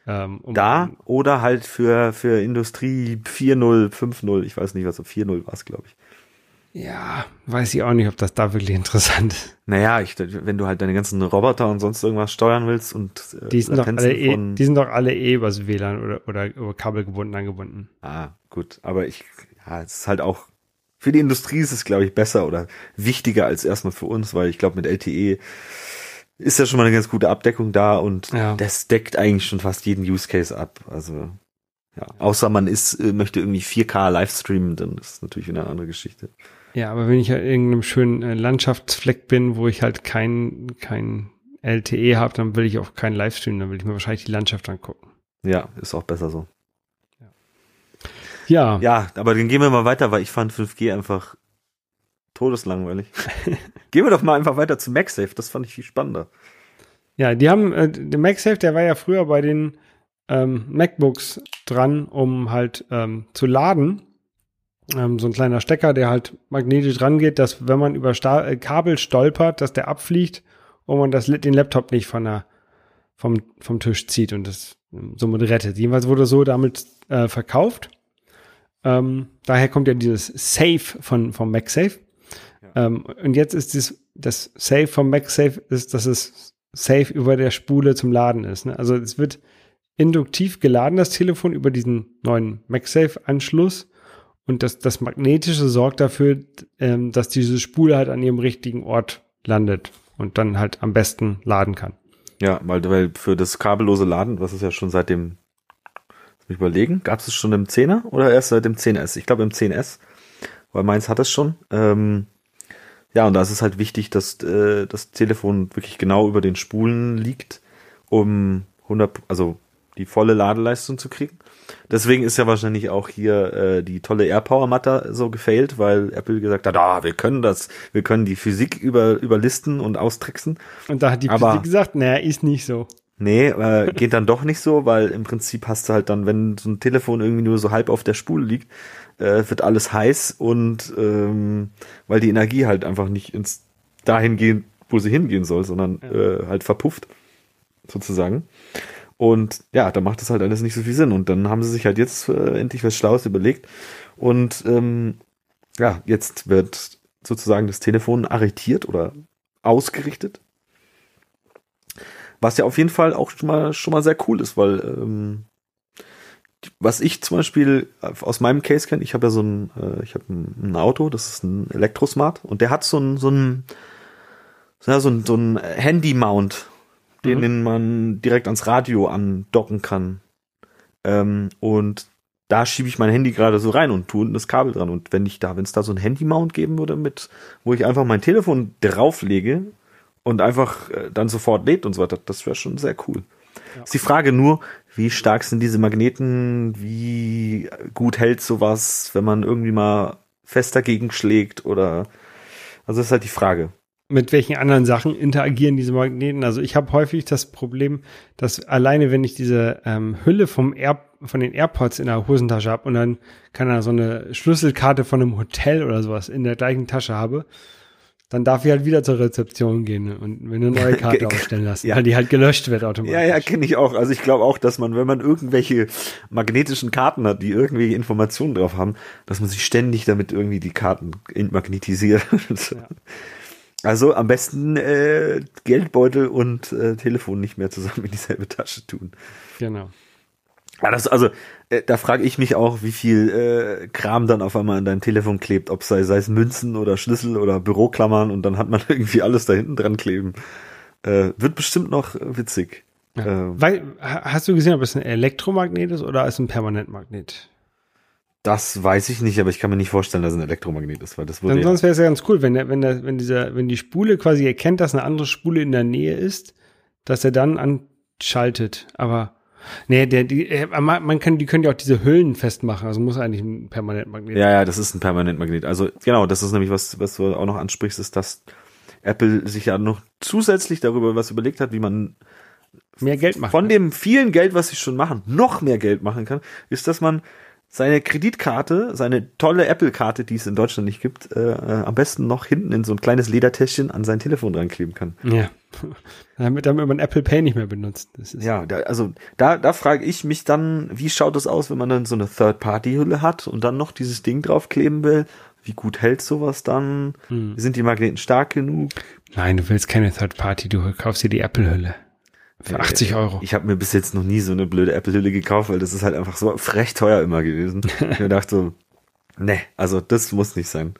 Oder halt für Industrie 4.0, 5.0, ich weiß nicht, was so 4.0 war es, glaube ich. Ja, weiß ich auch nicht, ob das da wirklich interessant ist. Naja, wenn du halt deine ganzen Roboter und sonst irgendwas steuern willst und die sind doch alle übers WLAN oder über Kabel angebunden. Gut, aber es ist halt auch für die Industrie ist es, glaube ich, besser oder wichtiger als erstmal für uns, weil ich glaube, mit LTE ist ja schon mal eine ganz gute Abdeckung da und das deckt eigentlich schon fast jeden Use Case ab. Also, außer man möchte irgendwie 4K Livestreamen, dann ist es natürlich wieder eine andere Geschichte. Ja, aber wenn ich ja in irgendeinem schönen Landschaftsfleck bin, wo ich halt kein LTE habe, dann will ich auch keinen Livestream, dann will ich mir wahrscheinlich die Landschaft angucken. Ja, ist auch besser so. Ja. Ja, aber dann gehen wir mal weiter, weil ich fand 5G einfach todeslangweilig. Gehen wir doch mal einfach weiter zu MagSafe, das fand ich viel spannender. Ja, die haben, der MagSafe, der war ja früher bei den MacBooks dran, um halt zu laden. So ein kleiner Stecker, der halt magnetisch rangeht, dass wenn man über Kabel stolpert, dass der abfliegt und man den Laptop nicht vom Tisch zieht und das somit rettet. Jedenfalls wurde so damit verkauft. Daher kommt ja dieses Safe vom MagSafe. Ja. Und jetzt ist das Safe vom MagSafe ist, dass es safe über der Spule zum Laden ist. Ne? Also es wird induktiv geladen, das Telefon, über diesen neuen MagSafe-Anschluss. Und das Magnetische sorgt dafür, dass diese Spule halt an ihrem richtigen Ort landet und dann halt am besten laden kann. Ja, weil für das kabellose Laden, was ist ja schon seit dem überlegen, gab es schon im 10er oder erst seit dem 10S? Ich glaube im 10S, weil meins hat es schon. Und da ist es halt wichtig, dass das Telefon wirklich genau über den Spulen liegt, um die volle Ladeleistung zu kriegen. Deswegen ist ja wahrscheinlich auch hier die tolle AirPower-Matte so gefailt, weil Apple gesagt hat, wir können das, wir können die Physik überlisten und austricksen. Und da hat die Physik gesagt, naja, ist nicht so. Nee, geht dann doch nicht so, weil im Prinzip hast du halt dann, wenn so ein Telefon irgendwie nur so halb auf der Spule liegt, wird alles heiß und weil die Energie halt einfach nicht dahin geht, wo sie hingehen soll, sondern halt verpufft, sozusagen. Und ja, da macht das halt alles nicht so viel Sinn. Und dann haben sie sich halt jetzt endlich was Schlaues überlegt. Und jetzt wird sozusagen das Telefon arretiert oder ausgerichtet. Was ja auf jeden Fall auch schon mal sehr cool ist, weil was ich zum Beispiel aus meinem Case kenne, ich habe ja ich habe ein Auto, das ist ein Elektrosmart und der hat so ein Handy-Mount, den man direkt ans Radio andocken kann. Und da schiebe ich mein Handy gerade so rein und tue das Kabel dran. Und wenn es da so ein Handy-Mount geben würde, wo ich einfach mein Telefon drauflege und einfach dann sofort lädt und so weiter, das wäre schon sehr cool. Ja. Ist die Frage nur, wie stark sind diese Magneten, wie gut hält sowas, wenn man irgendwie mal fest dagegen schlägt also das ist halt die Frage. Mit welchen anderen Sachen interagieren diese Magneten? Also ich habe häufig das Problem, dass alleine wenn ich diese Hülle von den AirPods in der Hosentasche habe und dann so eine Schlüsselkarte von einem Hotel oder sowas in der gleichen Tasche habe, dann darf ich halt wieder zur Rezeption gehen und mir eine neue Karte ausstellen lassen, weil die halt gelöscht wird automatisch. Ja, kenne ich auch. Also ich glaube auch, dass wenn man irgendwelche magnetischen Karten hat, die irgendwie Informationen drauf haben, dass man sich ständig damit irgendwie die Karten entmagnetisiert. Ja. Also am besten Geldbeutel und Telefon nicht mehr zusammen in dieselbe Tasche tun. Genau. Ja, da frage ich mich auch, wie viel Kram dann auf einmal an deinem Telefon klebt, ob sei es Münzen oder Schlüssel oder Büroklammern und dann hat man irgendwie alles da hinten dran kleben. Wird bestimmt noch witzig. Ja. Hast du gesehen, ob es ein Elektromagnet ist oder ist ein Permanentmagnet? Das weiß ich nicht, aber ich kann mir nicht vorstellen, dass es ein Elektromagnet ist, weil das würde sonst wäre es ja ganz cool, wenn die Spule quasi erkennt, dass eine andere Spule in der Nähe ist, dass er dann anschaltet. Aber nee, die können ja auch diese Hüllen festmachen, also muss eigentlich ein Permanentmagnet sein. Ja, das ist ein Permanentmagnet. Also genau, das ist nämlich was du auch noch ansprichst, ist, dass Apple sich ja noch zusätzlich darüber was überlegt hat, wie man mehr Geld macht. Von dem vielen Geld, was sie schon machen, noch mehr Geld machen kann, ist, dass man seine Kreditkarte, seine tolle Apple-Karte, die es in Deutschland nicht gibt, am besten noch hinten in so ein kleines Ledertäschchen an sein Telefon dran kleben kann. Ja, damit man Apple Pay nicht mehr benutzt. Da frage ich mich dann, wie schaut es aus, wenn man dann so eine Third-Party-Hülle hat und dann noch dieses Ding draufkleben will? Wie gut hält sowas dann? Sind die Magneten stark genug? Nein, du willst keine Third-Party, du kaufst dir die Apple-Hülle. Für 80 Euro. Ich habe mir bis jetzt noch nie so eine blöde Apple-Hülle gekauft, weil das ist halt einfach so frech teuer immer gewesen. Ich mir dachte so, also das muss nicht sein.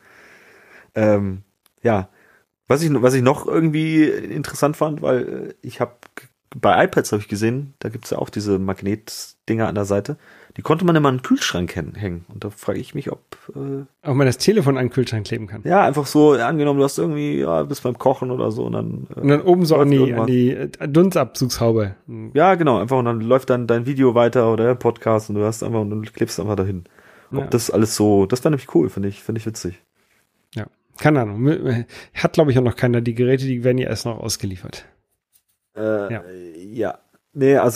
Was ich noch irgendwie interessant fand, weil bei iPads habe ich gesehen, da gibt's ja auch diese Magnetdinger an der Seite. Die konnte man immer an den Kühlschrank hängen. Und da frage ich mich, ob man das Telefon an den Kühlschrank kleben kann. Ja, einfach so, angenommen, du hast irgendwie, bist beim Kochen oder so und dann oben so an die Dunstabzugshaube. Ja, genau, einfach und dann läuft dann dein Video weiter oder der Podcast und dann klebst du einfach dahin. Ob das alles so, das wäre nämlich cool, finde ich witzig. Ja, keine Ahnung. Hat, glaube ich, auch noch keiner. Die Geräte, die werden ja erst noch ausgeliefert. Ja. Nee, also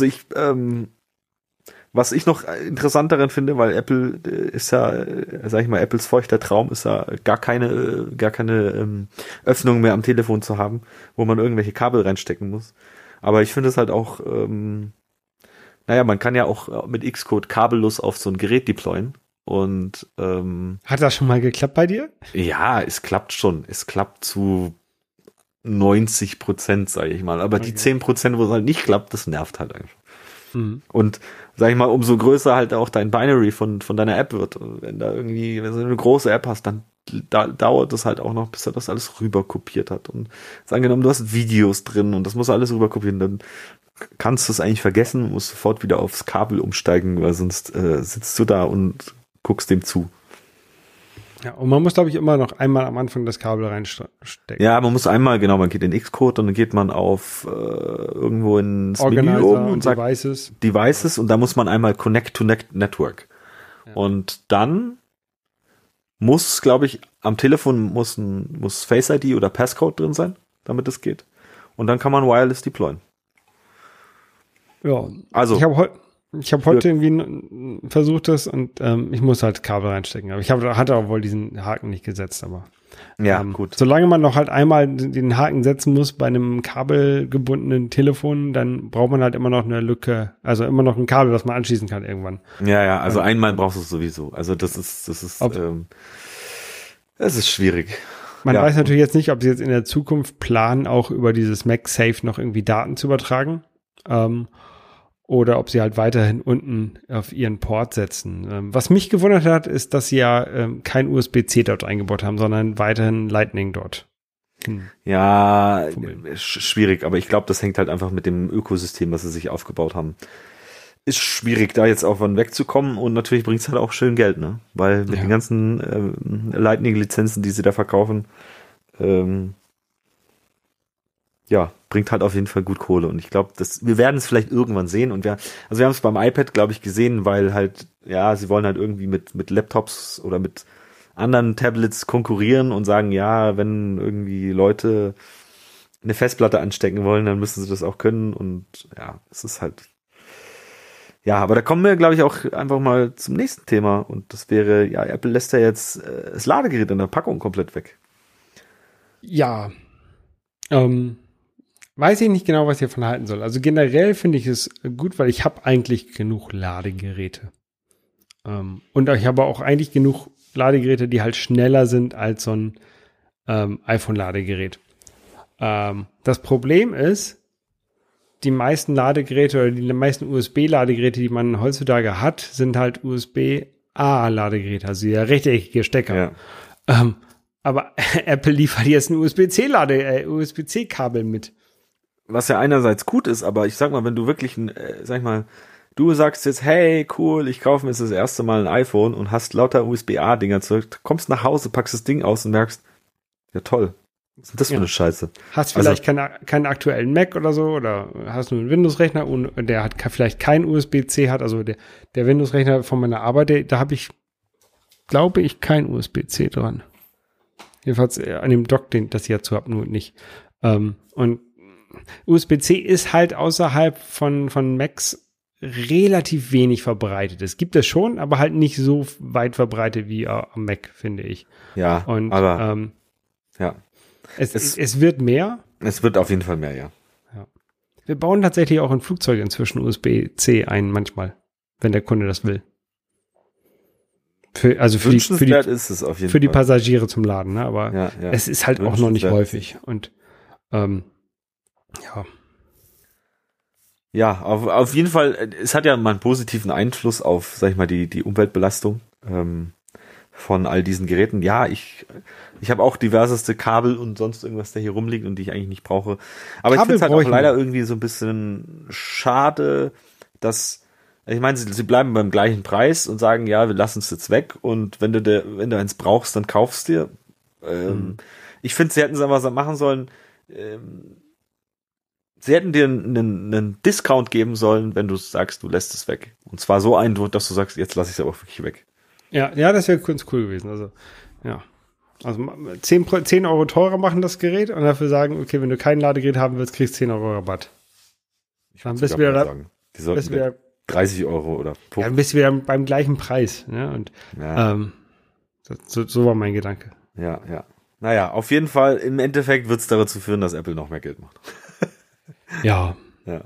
was ich noch interessant daran finde, weil Apple ist ja, sag ich mal, Apples feuchter Traum ist ja gar keine Öffnung mehr am Telefon zu haben, wo man irgendwelche Kabel reinstecken muss. Aber ich finde es halt auch, man kann ja auch mit Xcode kabellos auf so ein Gerät deployen. Und hat das schon mal geklappt bei dir? Ja, es klappt schon. Es klappt zu 90%, sage ich mal. Aber die 10%, wo es halt nicht klappt, das nervt halt einfach. Und sag ich mal, umso größer halt auch dein Binary von deiner App wird. Wenn du eine große App hast, dann dauert es halt auch noch, bis er das alles rüber kopiert hat. Und angenommen, du hast Videos drin und das muss alles rüber kopieren, dann kannst du es eigentlich vergessen, musst sofort wieder aufs Kabel umsteigen, weil sonst sitzt du da und guckst dem zu. Ja, und man muss, glaube ich, immer noch einmal am Anfang das Kabel reinstecken. Ja, man muss einmal, genau, man geht in Xcode und dann geht man auf irgendwo ins Menü oben und sagt Devices und da muss man einmal Connect to Network. Ja. Und dann muss, glaube ich, am Telefon muss Face ID oder Passcode drin sein, damit es geht. Und dann kann man wireless deployen. Ja, also ich habe heute irgendwie versucht das und ich muss halt Kabel reinstecken. Aber hatte auch wohl diesen Haken nicht gesetzt, aber ja, gut. Solange man noch halt einmal den Haken setzen muss bei einem kabelgebundenen Telefon, dann braucht man halt immer noch eine Lücke, also immer noch ein Kabel, was man anschließen kann irgendwann. Ja, also einmal brauchst du es sowieso. Also das ist schwierig. Man weiß natürlich jetzt nicht, ob sie jetzt in der Zukunft planen, auch über dieses MagSafe noch irgendwie Daten zu übertragen. Oder ob sie halt weiterhin unten auf ihren Port setzen. Was mich gewundert hat, ist, dass sie ja kein USB-C dort eingebaut haben, sondern weiterhin Lightning dort. Ja, schwierig, aber ich glaube, das hängt halt einfach mit dem Ökosystem, was sie sich aufgebaut haben. Ist schwierig, da jetzt auch von wegzukommen und natürlich bringt es halt auch schön Geld, ne? Weil mit den ganzen Lightning-Lizenzen, die sie da verkaufen, bringt halt auf jeden Fall gut Kohle. Und ich glaube, wir werden es vielleicht irgendwann sehen. Und wir haben es beim iPad, glaube ich, gesehen, weil halt, sie wollen halt irgendwie mit Laptops oder mit anderen Tablets konkurrieren und sagen, ja, wenn irgendwie Leute eine Festplatte anstecken wollen, dann müssen sie das auch können. Und ja, es ist halt, aber da kommen wir, glaube ich, auch einfach mal zum nächsten Thema. Und das wäre, Apple lässt ja jetzt das Ladegerät in der Packung komplett weg. Ja, weiß ich nicht genau, was ich hiervon halten soll. Also generell finde ich es gut, weil ich habe eigentlich genug Ladegeräte. Und ich habe auch eigentlich genug Ladegeräte, die halt schneller sind als so ein iPhone-Ladegerät. Das Problem ist, die meisten Ladegeräte oder die meisten USB-Ladegeräte, die man heutzutage hat, sind halt USB-A-Ladegeräte, also der rechteckige Stecker. Ja. Aber Apple liefert jetzt ein USB-C-Kabel mit. Was ja einerseits gut ist, aber ich sag mal, wenn du wirklich, du sagst jetzt, hey, cool, ich kaufe mir jetzt das erste Mal ein iPhone und hast lauter USB-A-Dinger zurück, kommst nach Hause, packst das Ding aus und merkst, ja toll, was ist denn das für eine Scheiße? Hast vielleicht keinen aktuellen Mac oder so, oder hast nur einen Windows-Rechner und der hat vielleicht kein USB-C hat, also der Windows-Rechner von meiner Arbeit, da habe ich, glaube ich, kein USB-C dran. Jedenfalls an dem Dock, das ich dazu habe, nur nicht. Und USB-C ist halt außerhalb von Macs relativ wenig verbreitet. Es gibt es schon, aber halt nicht so weit verbreitet wie am Mac, finde ich. Ja, und, aber es wird mehr. Es wird auf jeden Fall mehr, ja. Wir bauen tatsächlich auch in Flugzeugen inzwischen USB-C ein manchmal, wenn der Kunde das will. Für die Passagiere zum Laden, ne? Aber es ist halt auch noch nicht häufig. Und Ja, auf jeden Fall, es hat ja mal einen positiven Einfluss auf, sag ich mal, die Umweltbelastung von all diesen Geräten. Ja, ich habe auch diverseste Kabel und sonst irgendwas, da hier rumliegt und die ich eigentlich nicht brauche. Aber ich finde es halt auch leider irgendwie so ein bisschen schade, dass, ich meine, sie bleiben beim gleichen Preis und sagen, ja, wir lassen es jetzt weg und wenn du eins brauchst, dann kaufst dir. Ich finde, sie hätten es einfach so machen sollen, sie hätten dir einen Discount geben sollen, wenn du sagst, du lässt es weg. Und zwar so einen, dass du sagst, jetzt lasse ich es aber wirklich weg. Ja, das wäre ganz cool gewesen. Also, ja. Also 10 Euro teurer machen das Gerät und dafür sagen, okay, wenn du kein Ladegerät haben willst, kriegst du 10 Euro Rabatt. Dann bist du wieder die sollten wieder 30 Euro oder 50. Ja, dann bist du wieder beim gleichen Preis. Ne? Und so war mein Gedanke. Ja. Naja, auf jeden Fall, im Endeffekt wird es dazu führen, dass Apple noch mehr Geld macht. Ja.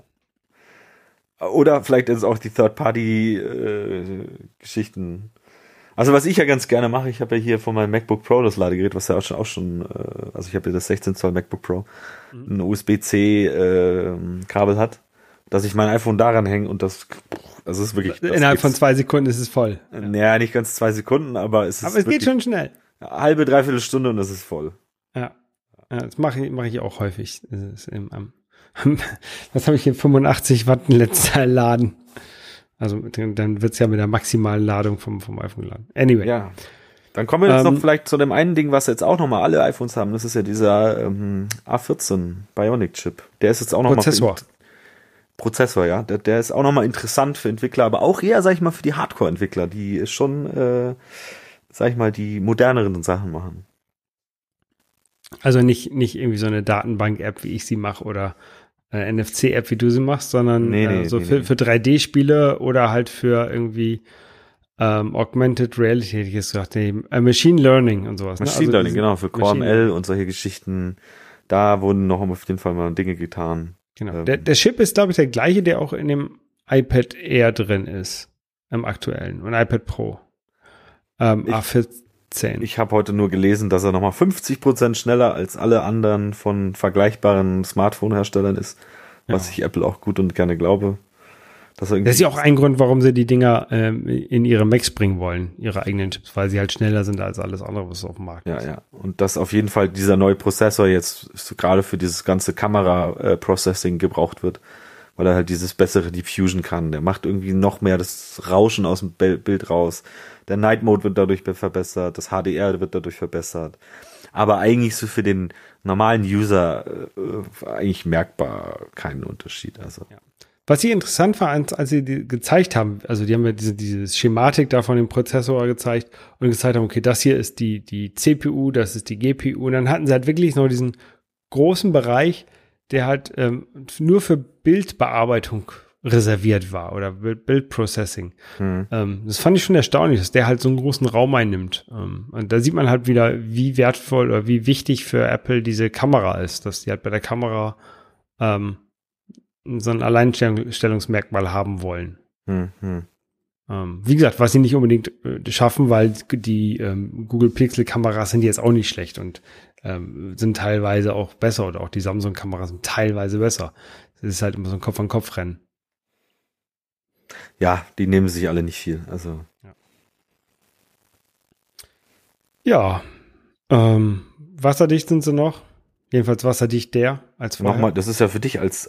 Oder vielleicht ist es auch die Third-Party-Geschichten. Also was ich ja ganz gerne mache, ich habe ja hier von meinem MacBook Pro das Ladegerät, was ja auch schon also ich habe ja das 16 Zoll MacBook Pro, ein USB-C Kabel hat, dass ich mein iPhone daran hänge und das ist wirklich... Innerhalb von 2 Sekunden ist es voll. Ja, nicht ganz 2 Sekunden, aber es ist... Aber es geht schon schnell. Halbe, dreiviertel Stunde und das ist voll. Ja, das mache ich auch häufig. Was habe ich hier? 85 Watt letzter Laden. Also dann wird's ja mit der maximalen Ladung vom iPhone geladen. Anyway. Ja. Dann kommen wir jetzt noch vielleicht zu dem einen Ding, was jetzt auch nochmal alle iPhones haben. Das ist ja dieser A14 Bionic-Chip. Der ist jetzt auch nochmal Prozessor, ja. Der ist auch nochmal interessant für Entwickler, aber auch eher, sag ich mal, für die Hardcore-Entwickler, die schon, sag ich mal, die moderneren Sachen machen. Also nicht irgendwie so eine Datenbank-App, wie ich sie mache, oder NFC-App, wie du sie machst, sondern für 3D-Spiele oder halt für irgendwie Augmented Reality, hätte ich jetzt gesagt, Machine Learning und sowas. Machine Learning, genau, für CoreML und solche Geschichten. Da wurden noch auf jeden Fall mal Dinge getan. Genau. Der Chip ist, glaube ich, der gleiche, der auch in dem iPad Air drin ist, im aktuellen, und iPad Pro. A14. Ich habe heute nur gelesen, dass er nochmal 50% schneller als alle anderen von vergleichbaren Smartphone-Herstellern ist, was ich Apple auch gut und gerne glaube. Das ist ja auch ein Grund, warum sie die Dinger in ihre Macs bringen wollen, ihre eigenen Chips, weil sie halt schneller sind als alles andere, was auf dem Markt ist. Ja. Und dass auf jeden Fall dieser neue Prozessor jetzt so gerade für dieses ganze Kamera-Processing gebraucht wird, weil er halt dieses bessere Diffusion kann. Der macht irgendwie noch mehr das Rauschen aus dem Bild raus. Der Night Mode wird dadurch verbessert, das HDR wird dadurch verbessert. Aber eigentlich so für den normalen User eigentlich merkbar keinen Unterschied. Also ja. Was ich interessant war, als sie die gezeigt haben, also die haben ja diese Schematik da von dem Prozessor gezeigt und gezeigt haben, okay, das hier ist die CPU, das ist die GPU, und dann hatten sie halt wirklich noch diesen großen Bereich, der halt nur für Bildbearbeitung reserviert war oder Bildprocessing. Das fand ich schon erstaunlich, dass der halt so einen großen Raum einnimmt. Und da sieht man halt wieder, wie wertvoll oder wie wichtig für Apple diese Kamera ist, dass die halt bei der Kamera so ein Alleinstellungsmerkmal haben wollen. Wie gesagt, was sie nicht unbedingt schaffen, weil die Google Pixel Kameras sind jetzt auch nicht schlecht und sind teilweise auch besser, oder auch die Samsung Kameras sind teilweise besser. Es ist halt immer so ein Kopf-an-Kopf-Rennen. Ja, die nehmen sich alle nicht viel. Also ja, wasserdicht sind sie noch. Jedenfalls wasserdichter als vorher. Nochmal, das ist ja für dich als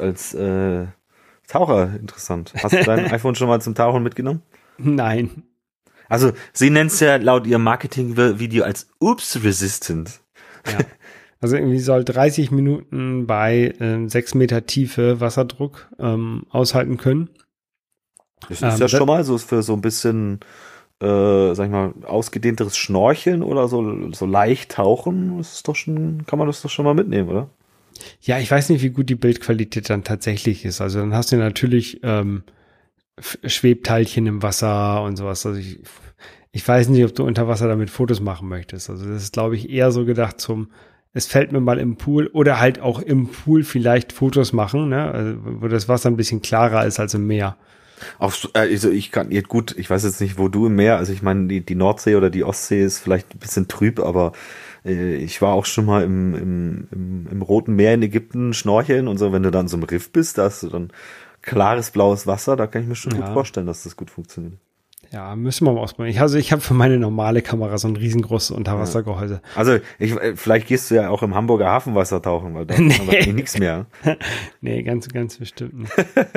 Taucher interessant. Hast du dein iPhone schon mal zum Tauchen mitgenommen? Nein. Also, sie nennt es ja laut ihrem Marketing-Video als Oops-resistant. Ja. Also irgendwie soll 30 Minuten bei 6 Meter Tiefe Wasserdruck aushalten können. Das ist ja schon mal so für so ein bisschen, sag ich mal, ausgedehnteres Schnorcheln oder so leicht tauchen. Das ist doch schon, kann man das doch schon mal mitnehmen, oder? Ja, ich weiß nicht, wie gut die Bildqualität dann tatsächlich ist. Also dann hast du natürlich Schwebteilchen im Wasser und sowas. Also ich weiß nicht, ob du unter Wasser damit Fotos machen möchtest. Also das ist, glaube ich, eher so gedacht es fällt mir mal im Pool oder halt auch im Pool vielleicht Fotos machen, ne? Also, wo das Wasser ein bisschen klarer ist als im Meer. Also ich weiß jetzt nicht, wo du im Meer, also ich meine, die Nordsee oder die Ostsee ist vielleicht ein bisschen trüb, aber ich war auch schon mal im Roten Meer in Ägypten schnorcheln und so, wenn du dann so im Riff bist, da hast du dann klares blaues Wasser, da kann ich mir schon gut vorstellen, dass das gut funktioniert. Ja, müssen wir mal ausprobieren. Ich habe für meine normale Kamera so ein riesengroßes Unterwassergehäuse. Also vielleicht gehst du ja auch im Hamburger Hafenwasser tauchen, weil da haben wir nichts mehr. Nee, ganz bestimmt nicht.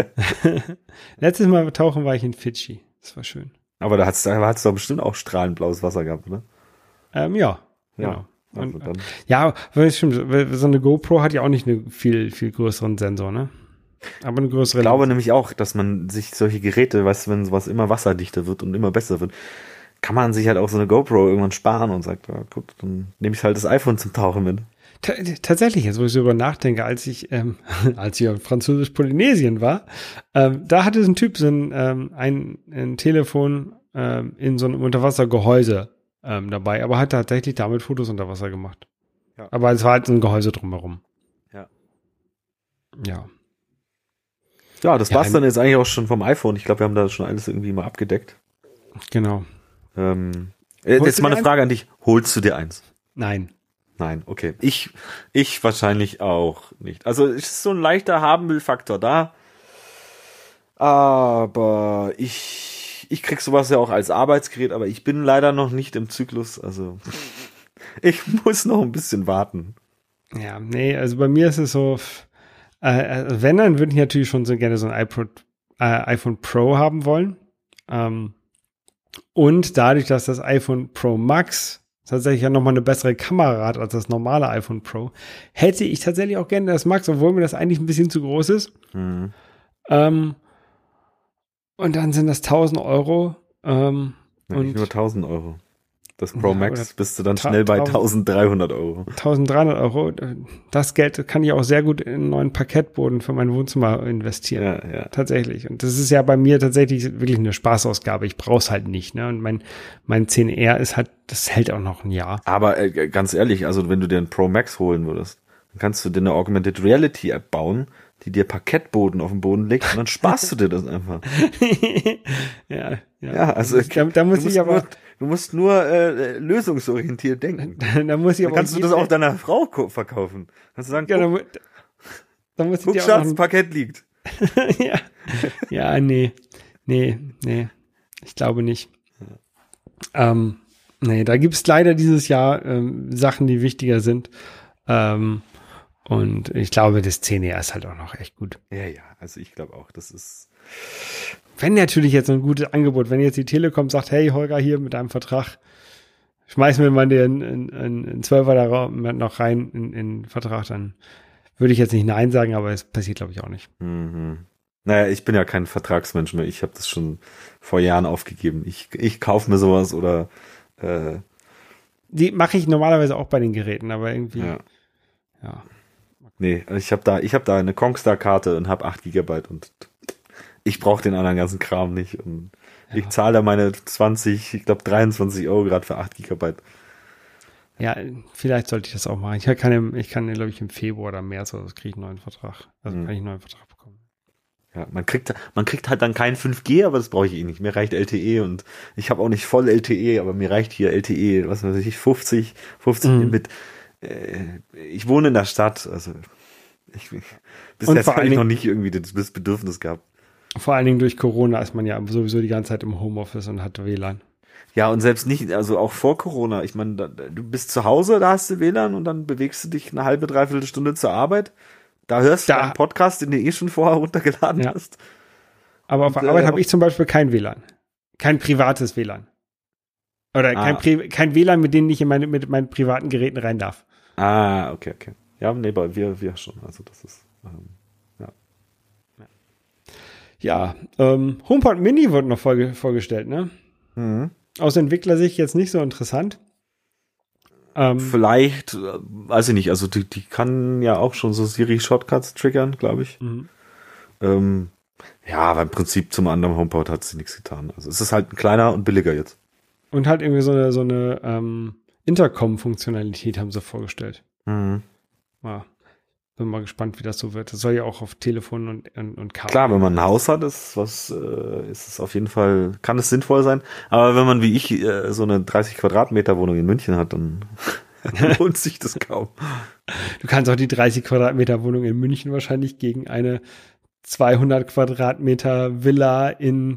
Letztes Mal tauchen war ich in Fidschi. Das war schön. Aber da hat's doch bestimmt auch strahlend blaues Wasser gehabt, oder? Ja, genau. Und, ja, so eine GoPro hat ja auch nicht einen viel größeren Sensor, ne? Aber eine größere. Ich glaube nämlich auch, dass man sich solche Geräte, weißt du, wenn sowas immer wasserdichter wird und immer besser wird, kann man sich halt auch so eine GoPro irgendwann sparen und sagt, ja, gut, dann nehme ich halt das iPhone zum Tauchen mit. Tatsächlich, jetzt wo ich so darüber nachdenke, als ich in Französisch-Polynesien war, da hatte ein Typ so ein Telefon in so einem Unterwassergehäuse dabei, aber hat tatsächlich damit Fotos unter Wasser gemacht. Ja. Aber es war halt so ein Gehäuse drumherum. Ja. Ja, das war's dann jetzt eigentlich auch schon vom iPhone. Ich glaube, wir haben da schon alles irgendwie mal abgedeckt. Genau. Jetzt mal eine Frage an dich. Holst du dir eins? Nein, okay. Ich wahrscheinlich auch nicht. Also es ist so ein leichter Haben-Will-Faktor da. Aber ich krieg sowas ja auch als Arbeitsgerät, aber ich bin leider noch nicht im Zyklus. Also ich muss noch ein bisschen warten. Ja, nee, also bei mir ist es so, wenn, dann würde ich natürlich schon so gerne so ein iPhone Pro haben wollen. Und dadurch, dass das iPhone Pro Max tatsächlich ja nochmal eine bessere Kamera hat als das normale iPhone Pro, hätte ich tatsächlich auch gerne das Max, obwohl mir das eigentlich ein bisschen zu groß ist. Mhm. Und dann sind das 1.000 Euro. Nicht Und nur 1.000 Euro. Das Pro Ja, Max oder bist du dann schnell bei 1.300 Euro. 1.300 Euro. Das Geld kann ich auch sehr gut in einen neuen Parkettboden für mein Wohnzimmer investieren. Ja. Tatsächlich. Und das ist ja bei mir tatsächlich wirklich eine Spaßausgabe. Ich brauche es halt nicht. Ne? Und mein 10R ist halt, das hält auch noch ein Jahr. Aber ganz ehrlich, also wenn du dir einen Pro Max holen würdest, dann kannst du dir eine Augmented Reality App bauen, die dir Parkettboden auf den Boden legt und dann sparst du dir das einfach. Ja, also da muss ich aber... Du musst nur lösungsorientiert denken. Da muss ich dann kannst du das auch deiner Frau verkaufen. Kannst du sagen, ja, da muss ich guck, dir Schatz, auch Parkett liegt. ja, nee. Ich glaube nicht. Nee, da gibt es leider dieses Jahr Sachen, die wichtiger sind. Und ich glaube, das 10er ist halt auch noch echt gut. Ja, also ich glaube auch, das ist... Wenn natürlich jetzt ein gutes Angebot, wenn jetzt die Telekom sagt, hey Holger, hier mit deinem Vertrag, schmeiß mir mal den 12er da noch rein in den Vertrag, dann würde ich jetzt nicht Nein sagen, aber es passiert, glaube ich, auch nicht. Mhm. Naja, ich bin ja kein Vertragsmensch mehr. Ich habe das schon vor Jahren aufgegeben. Ich kaufe mir sowas oder Die mache ich normalerweise auch bei den Geräten, aber irgendwie, ja. Nee, ich habe da eine Kongstar-Karte und habe 8 GB und ich brauche den anderen ganzen Kram nicht. Und ich zahle da meine 23 Euro gerade für 8 GB. Ja, vielleicht sollte ich das auch machen. Ich kann, glaube ich, im Februar oder März oder so kriege ich einen neuen Vertrag. Also kann ich einen neuen Vertrag bekommen. Ja, man kriegt halt dann kein 5G, aber das brauche ich eh nicht. Mir reicht LTE und ich habe auch nicht voll LTE, aber mir reicht hier LTE, was weiß ich, 50 mit. Ich wohne in der Stadt, also bis jetzt habe ich noch nicht irgendwie das Bedürfnis gehabt. Vor allen Dingen durch Corona ist man ja sowieso die ganze Zeit im Homeoffice und hat WLAN. Ja, und selbst nicht, also auch vor Corona. Ich meine, du bist zu Hause, da hast du WLAN und dann bewegst du dich eine halbe, dreiviertel Stunde zur Arbeit. Da hörst du einen Podcast, den du schon vorher runtergeladen hast. Aber auf der Arbeit habe ich zum Beispiel kein WLAN. Kein privates WLAN. Oder kein WLAN, mit dem ich mit meinen privaten Geräten rein darf. Okay. Ja, nee, wir schon. Also das ist, Ja, HomePod Mini wurde noch vorgestellt, ne? Mhm. Aus Entwicklersicht jetzt nicht so interessant. Vielleicht, weiß ich nicht, also die kann ja auch schon so Siri-Shortcuts triggern, glaube ich. Mhm. Ja, aber im Prinzip zum anderen HomePod hat sie nichts getan. Also es ist halt ein kleiner und billiger jetzt. Und halt irgendwie so eine Intercom-Funktionalität haben sie vorgestellt. Mhm. Ja. Bin mal gespannt, wie das so wird. Das soll ja auch auf Telefon und Kabel. Klar, wenn man ein Haus hat, ist es auf jeden Fall, kann es sinnvoll sein. Aber wenn man wie ich so eine 30 Quadratmeter Wohnung in München hat, dann lohnt sich das kaum. Du kannst auch die 30 Quadratmeter Wohnung in München wahrscheinlich gegen eine 200 Quadratmeter Villa in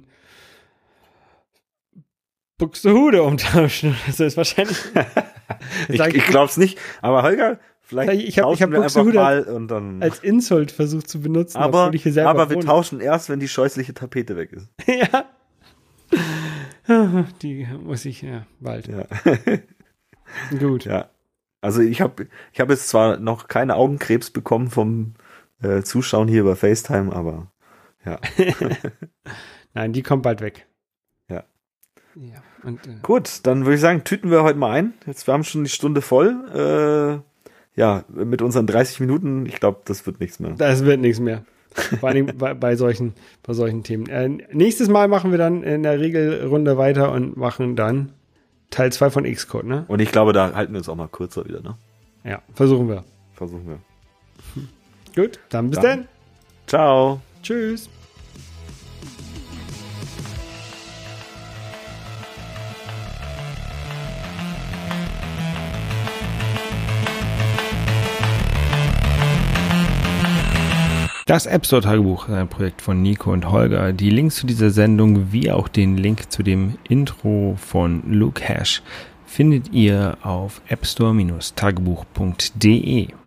Buxtehude umtauschen. Das ist wahrscheinlich. ich glaube es nicht. Aber Holger, vielleicht ich hab wir einfach mal und dann als Insult versucht zu benutzen. Aber wir tauschen erst, wenn die scheußliche Tapete weg ist. Ja. Die muss ich bald. Ja. Gut. Ja. Also ich hab jetzt zwar noch keine Augenkrebs bekommen vom Zuschauen hier über FaceTime, aber ja. Nein, die kommt bald weg. Ja. Und, gut, dann würde ich sagen, tüten wir heute mal ein. Wir haben schon die Stunde voll. Mit unseren 30 Minuten, ich glaube, das wird nichts mehr. Das wird nichts mehr. Vor allem bei solchen Themen. Nächstes Mal machen wir dann in der Regelrunde weiter und machen dann Teil 2 von Xcode, ne? Und ich glaube, da halten wir uns auch mal kürzer wieder, ne? Ja, versuchen wir. Gut, dann bis dann. Ciao. Tschüss. Das App Store Tagebuch ist ein Projekt von Nico und Holger. Die Links zu dieser Sendung wie auch den Link zu dem Intro von Luke Hash findet ihr auf appstore-tagebuch.de.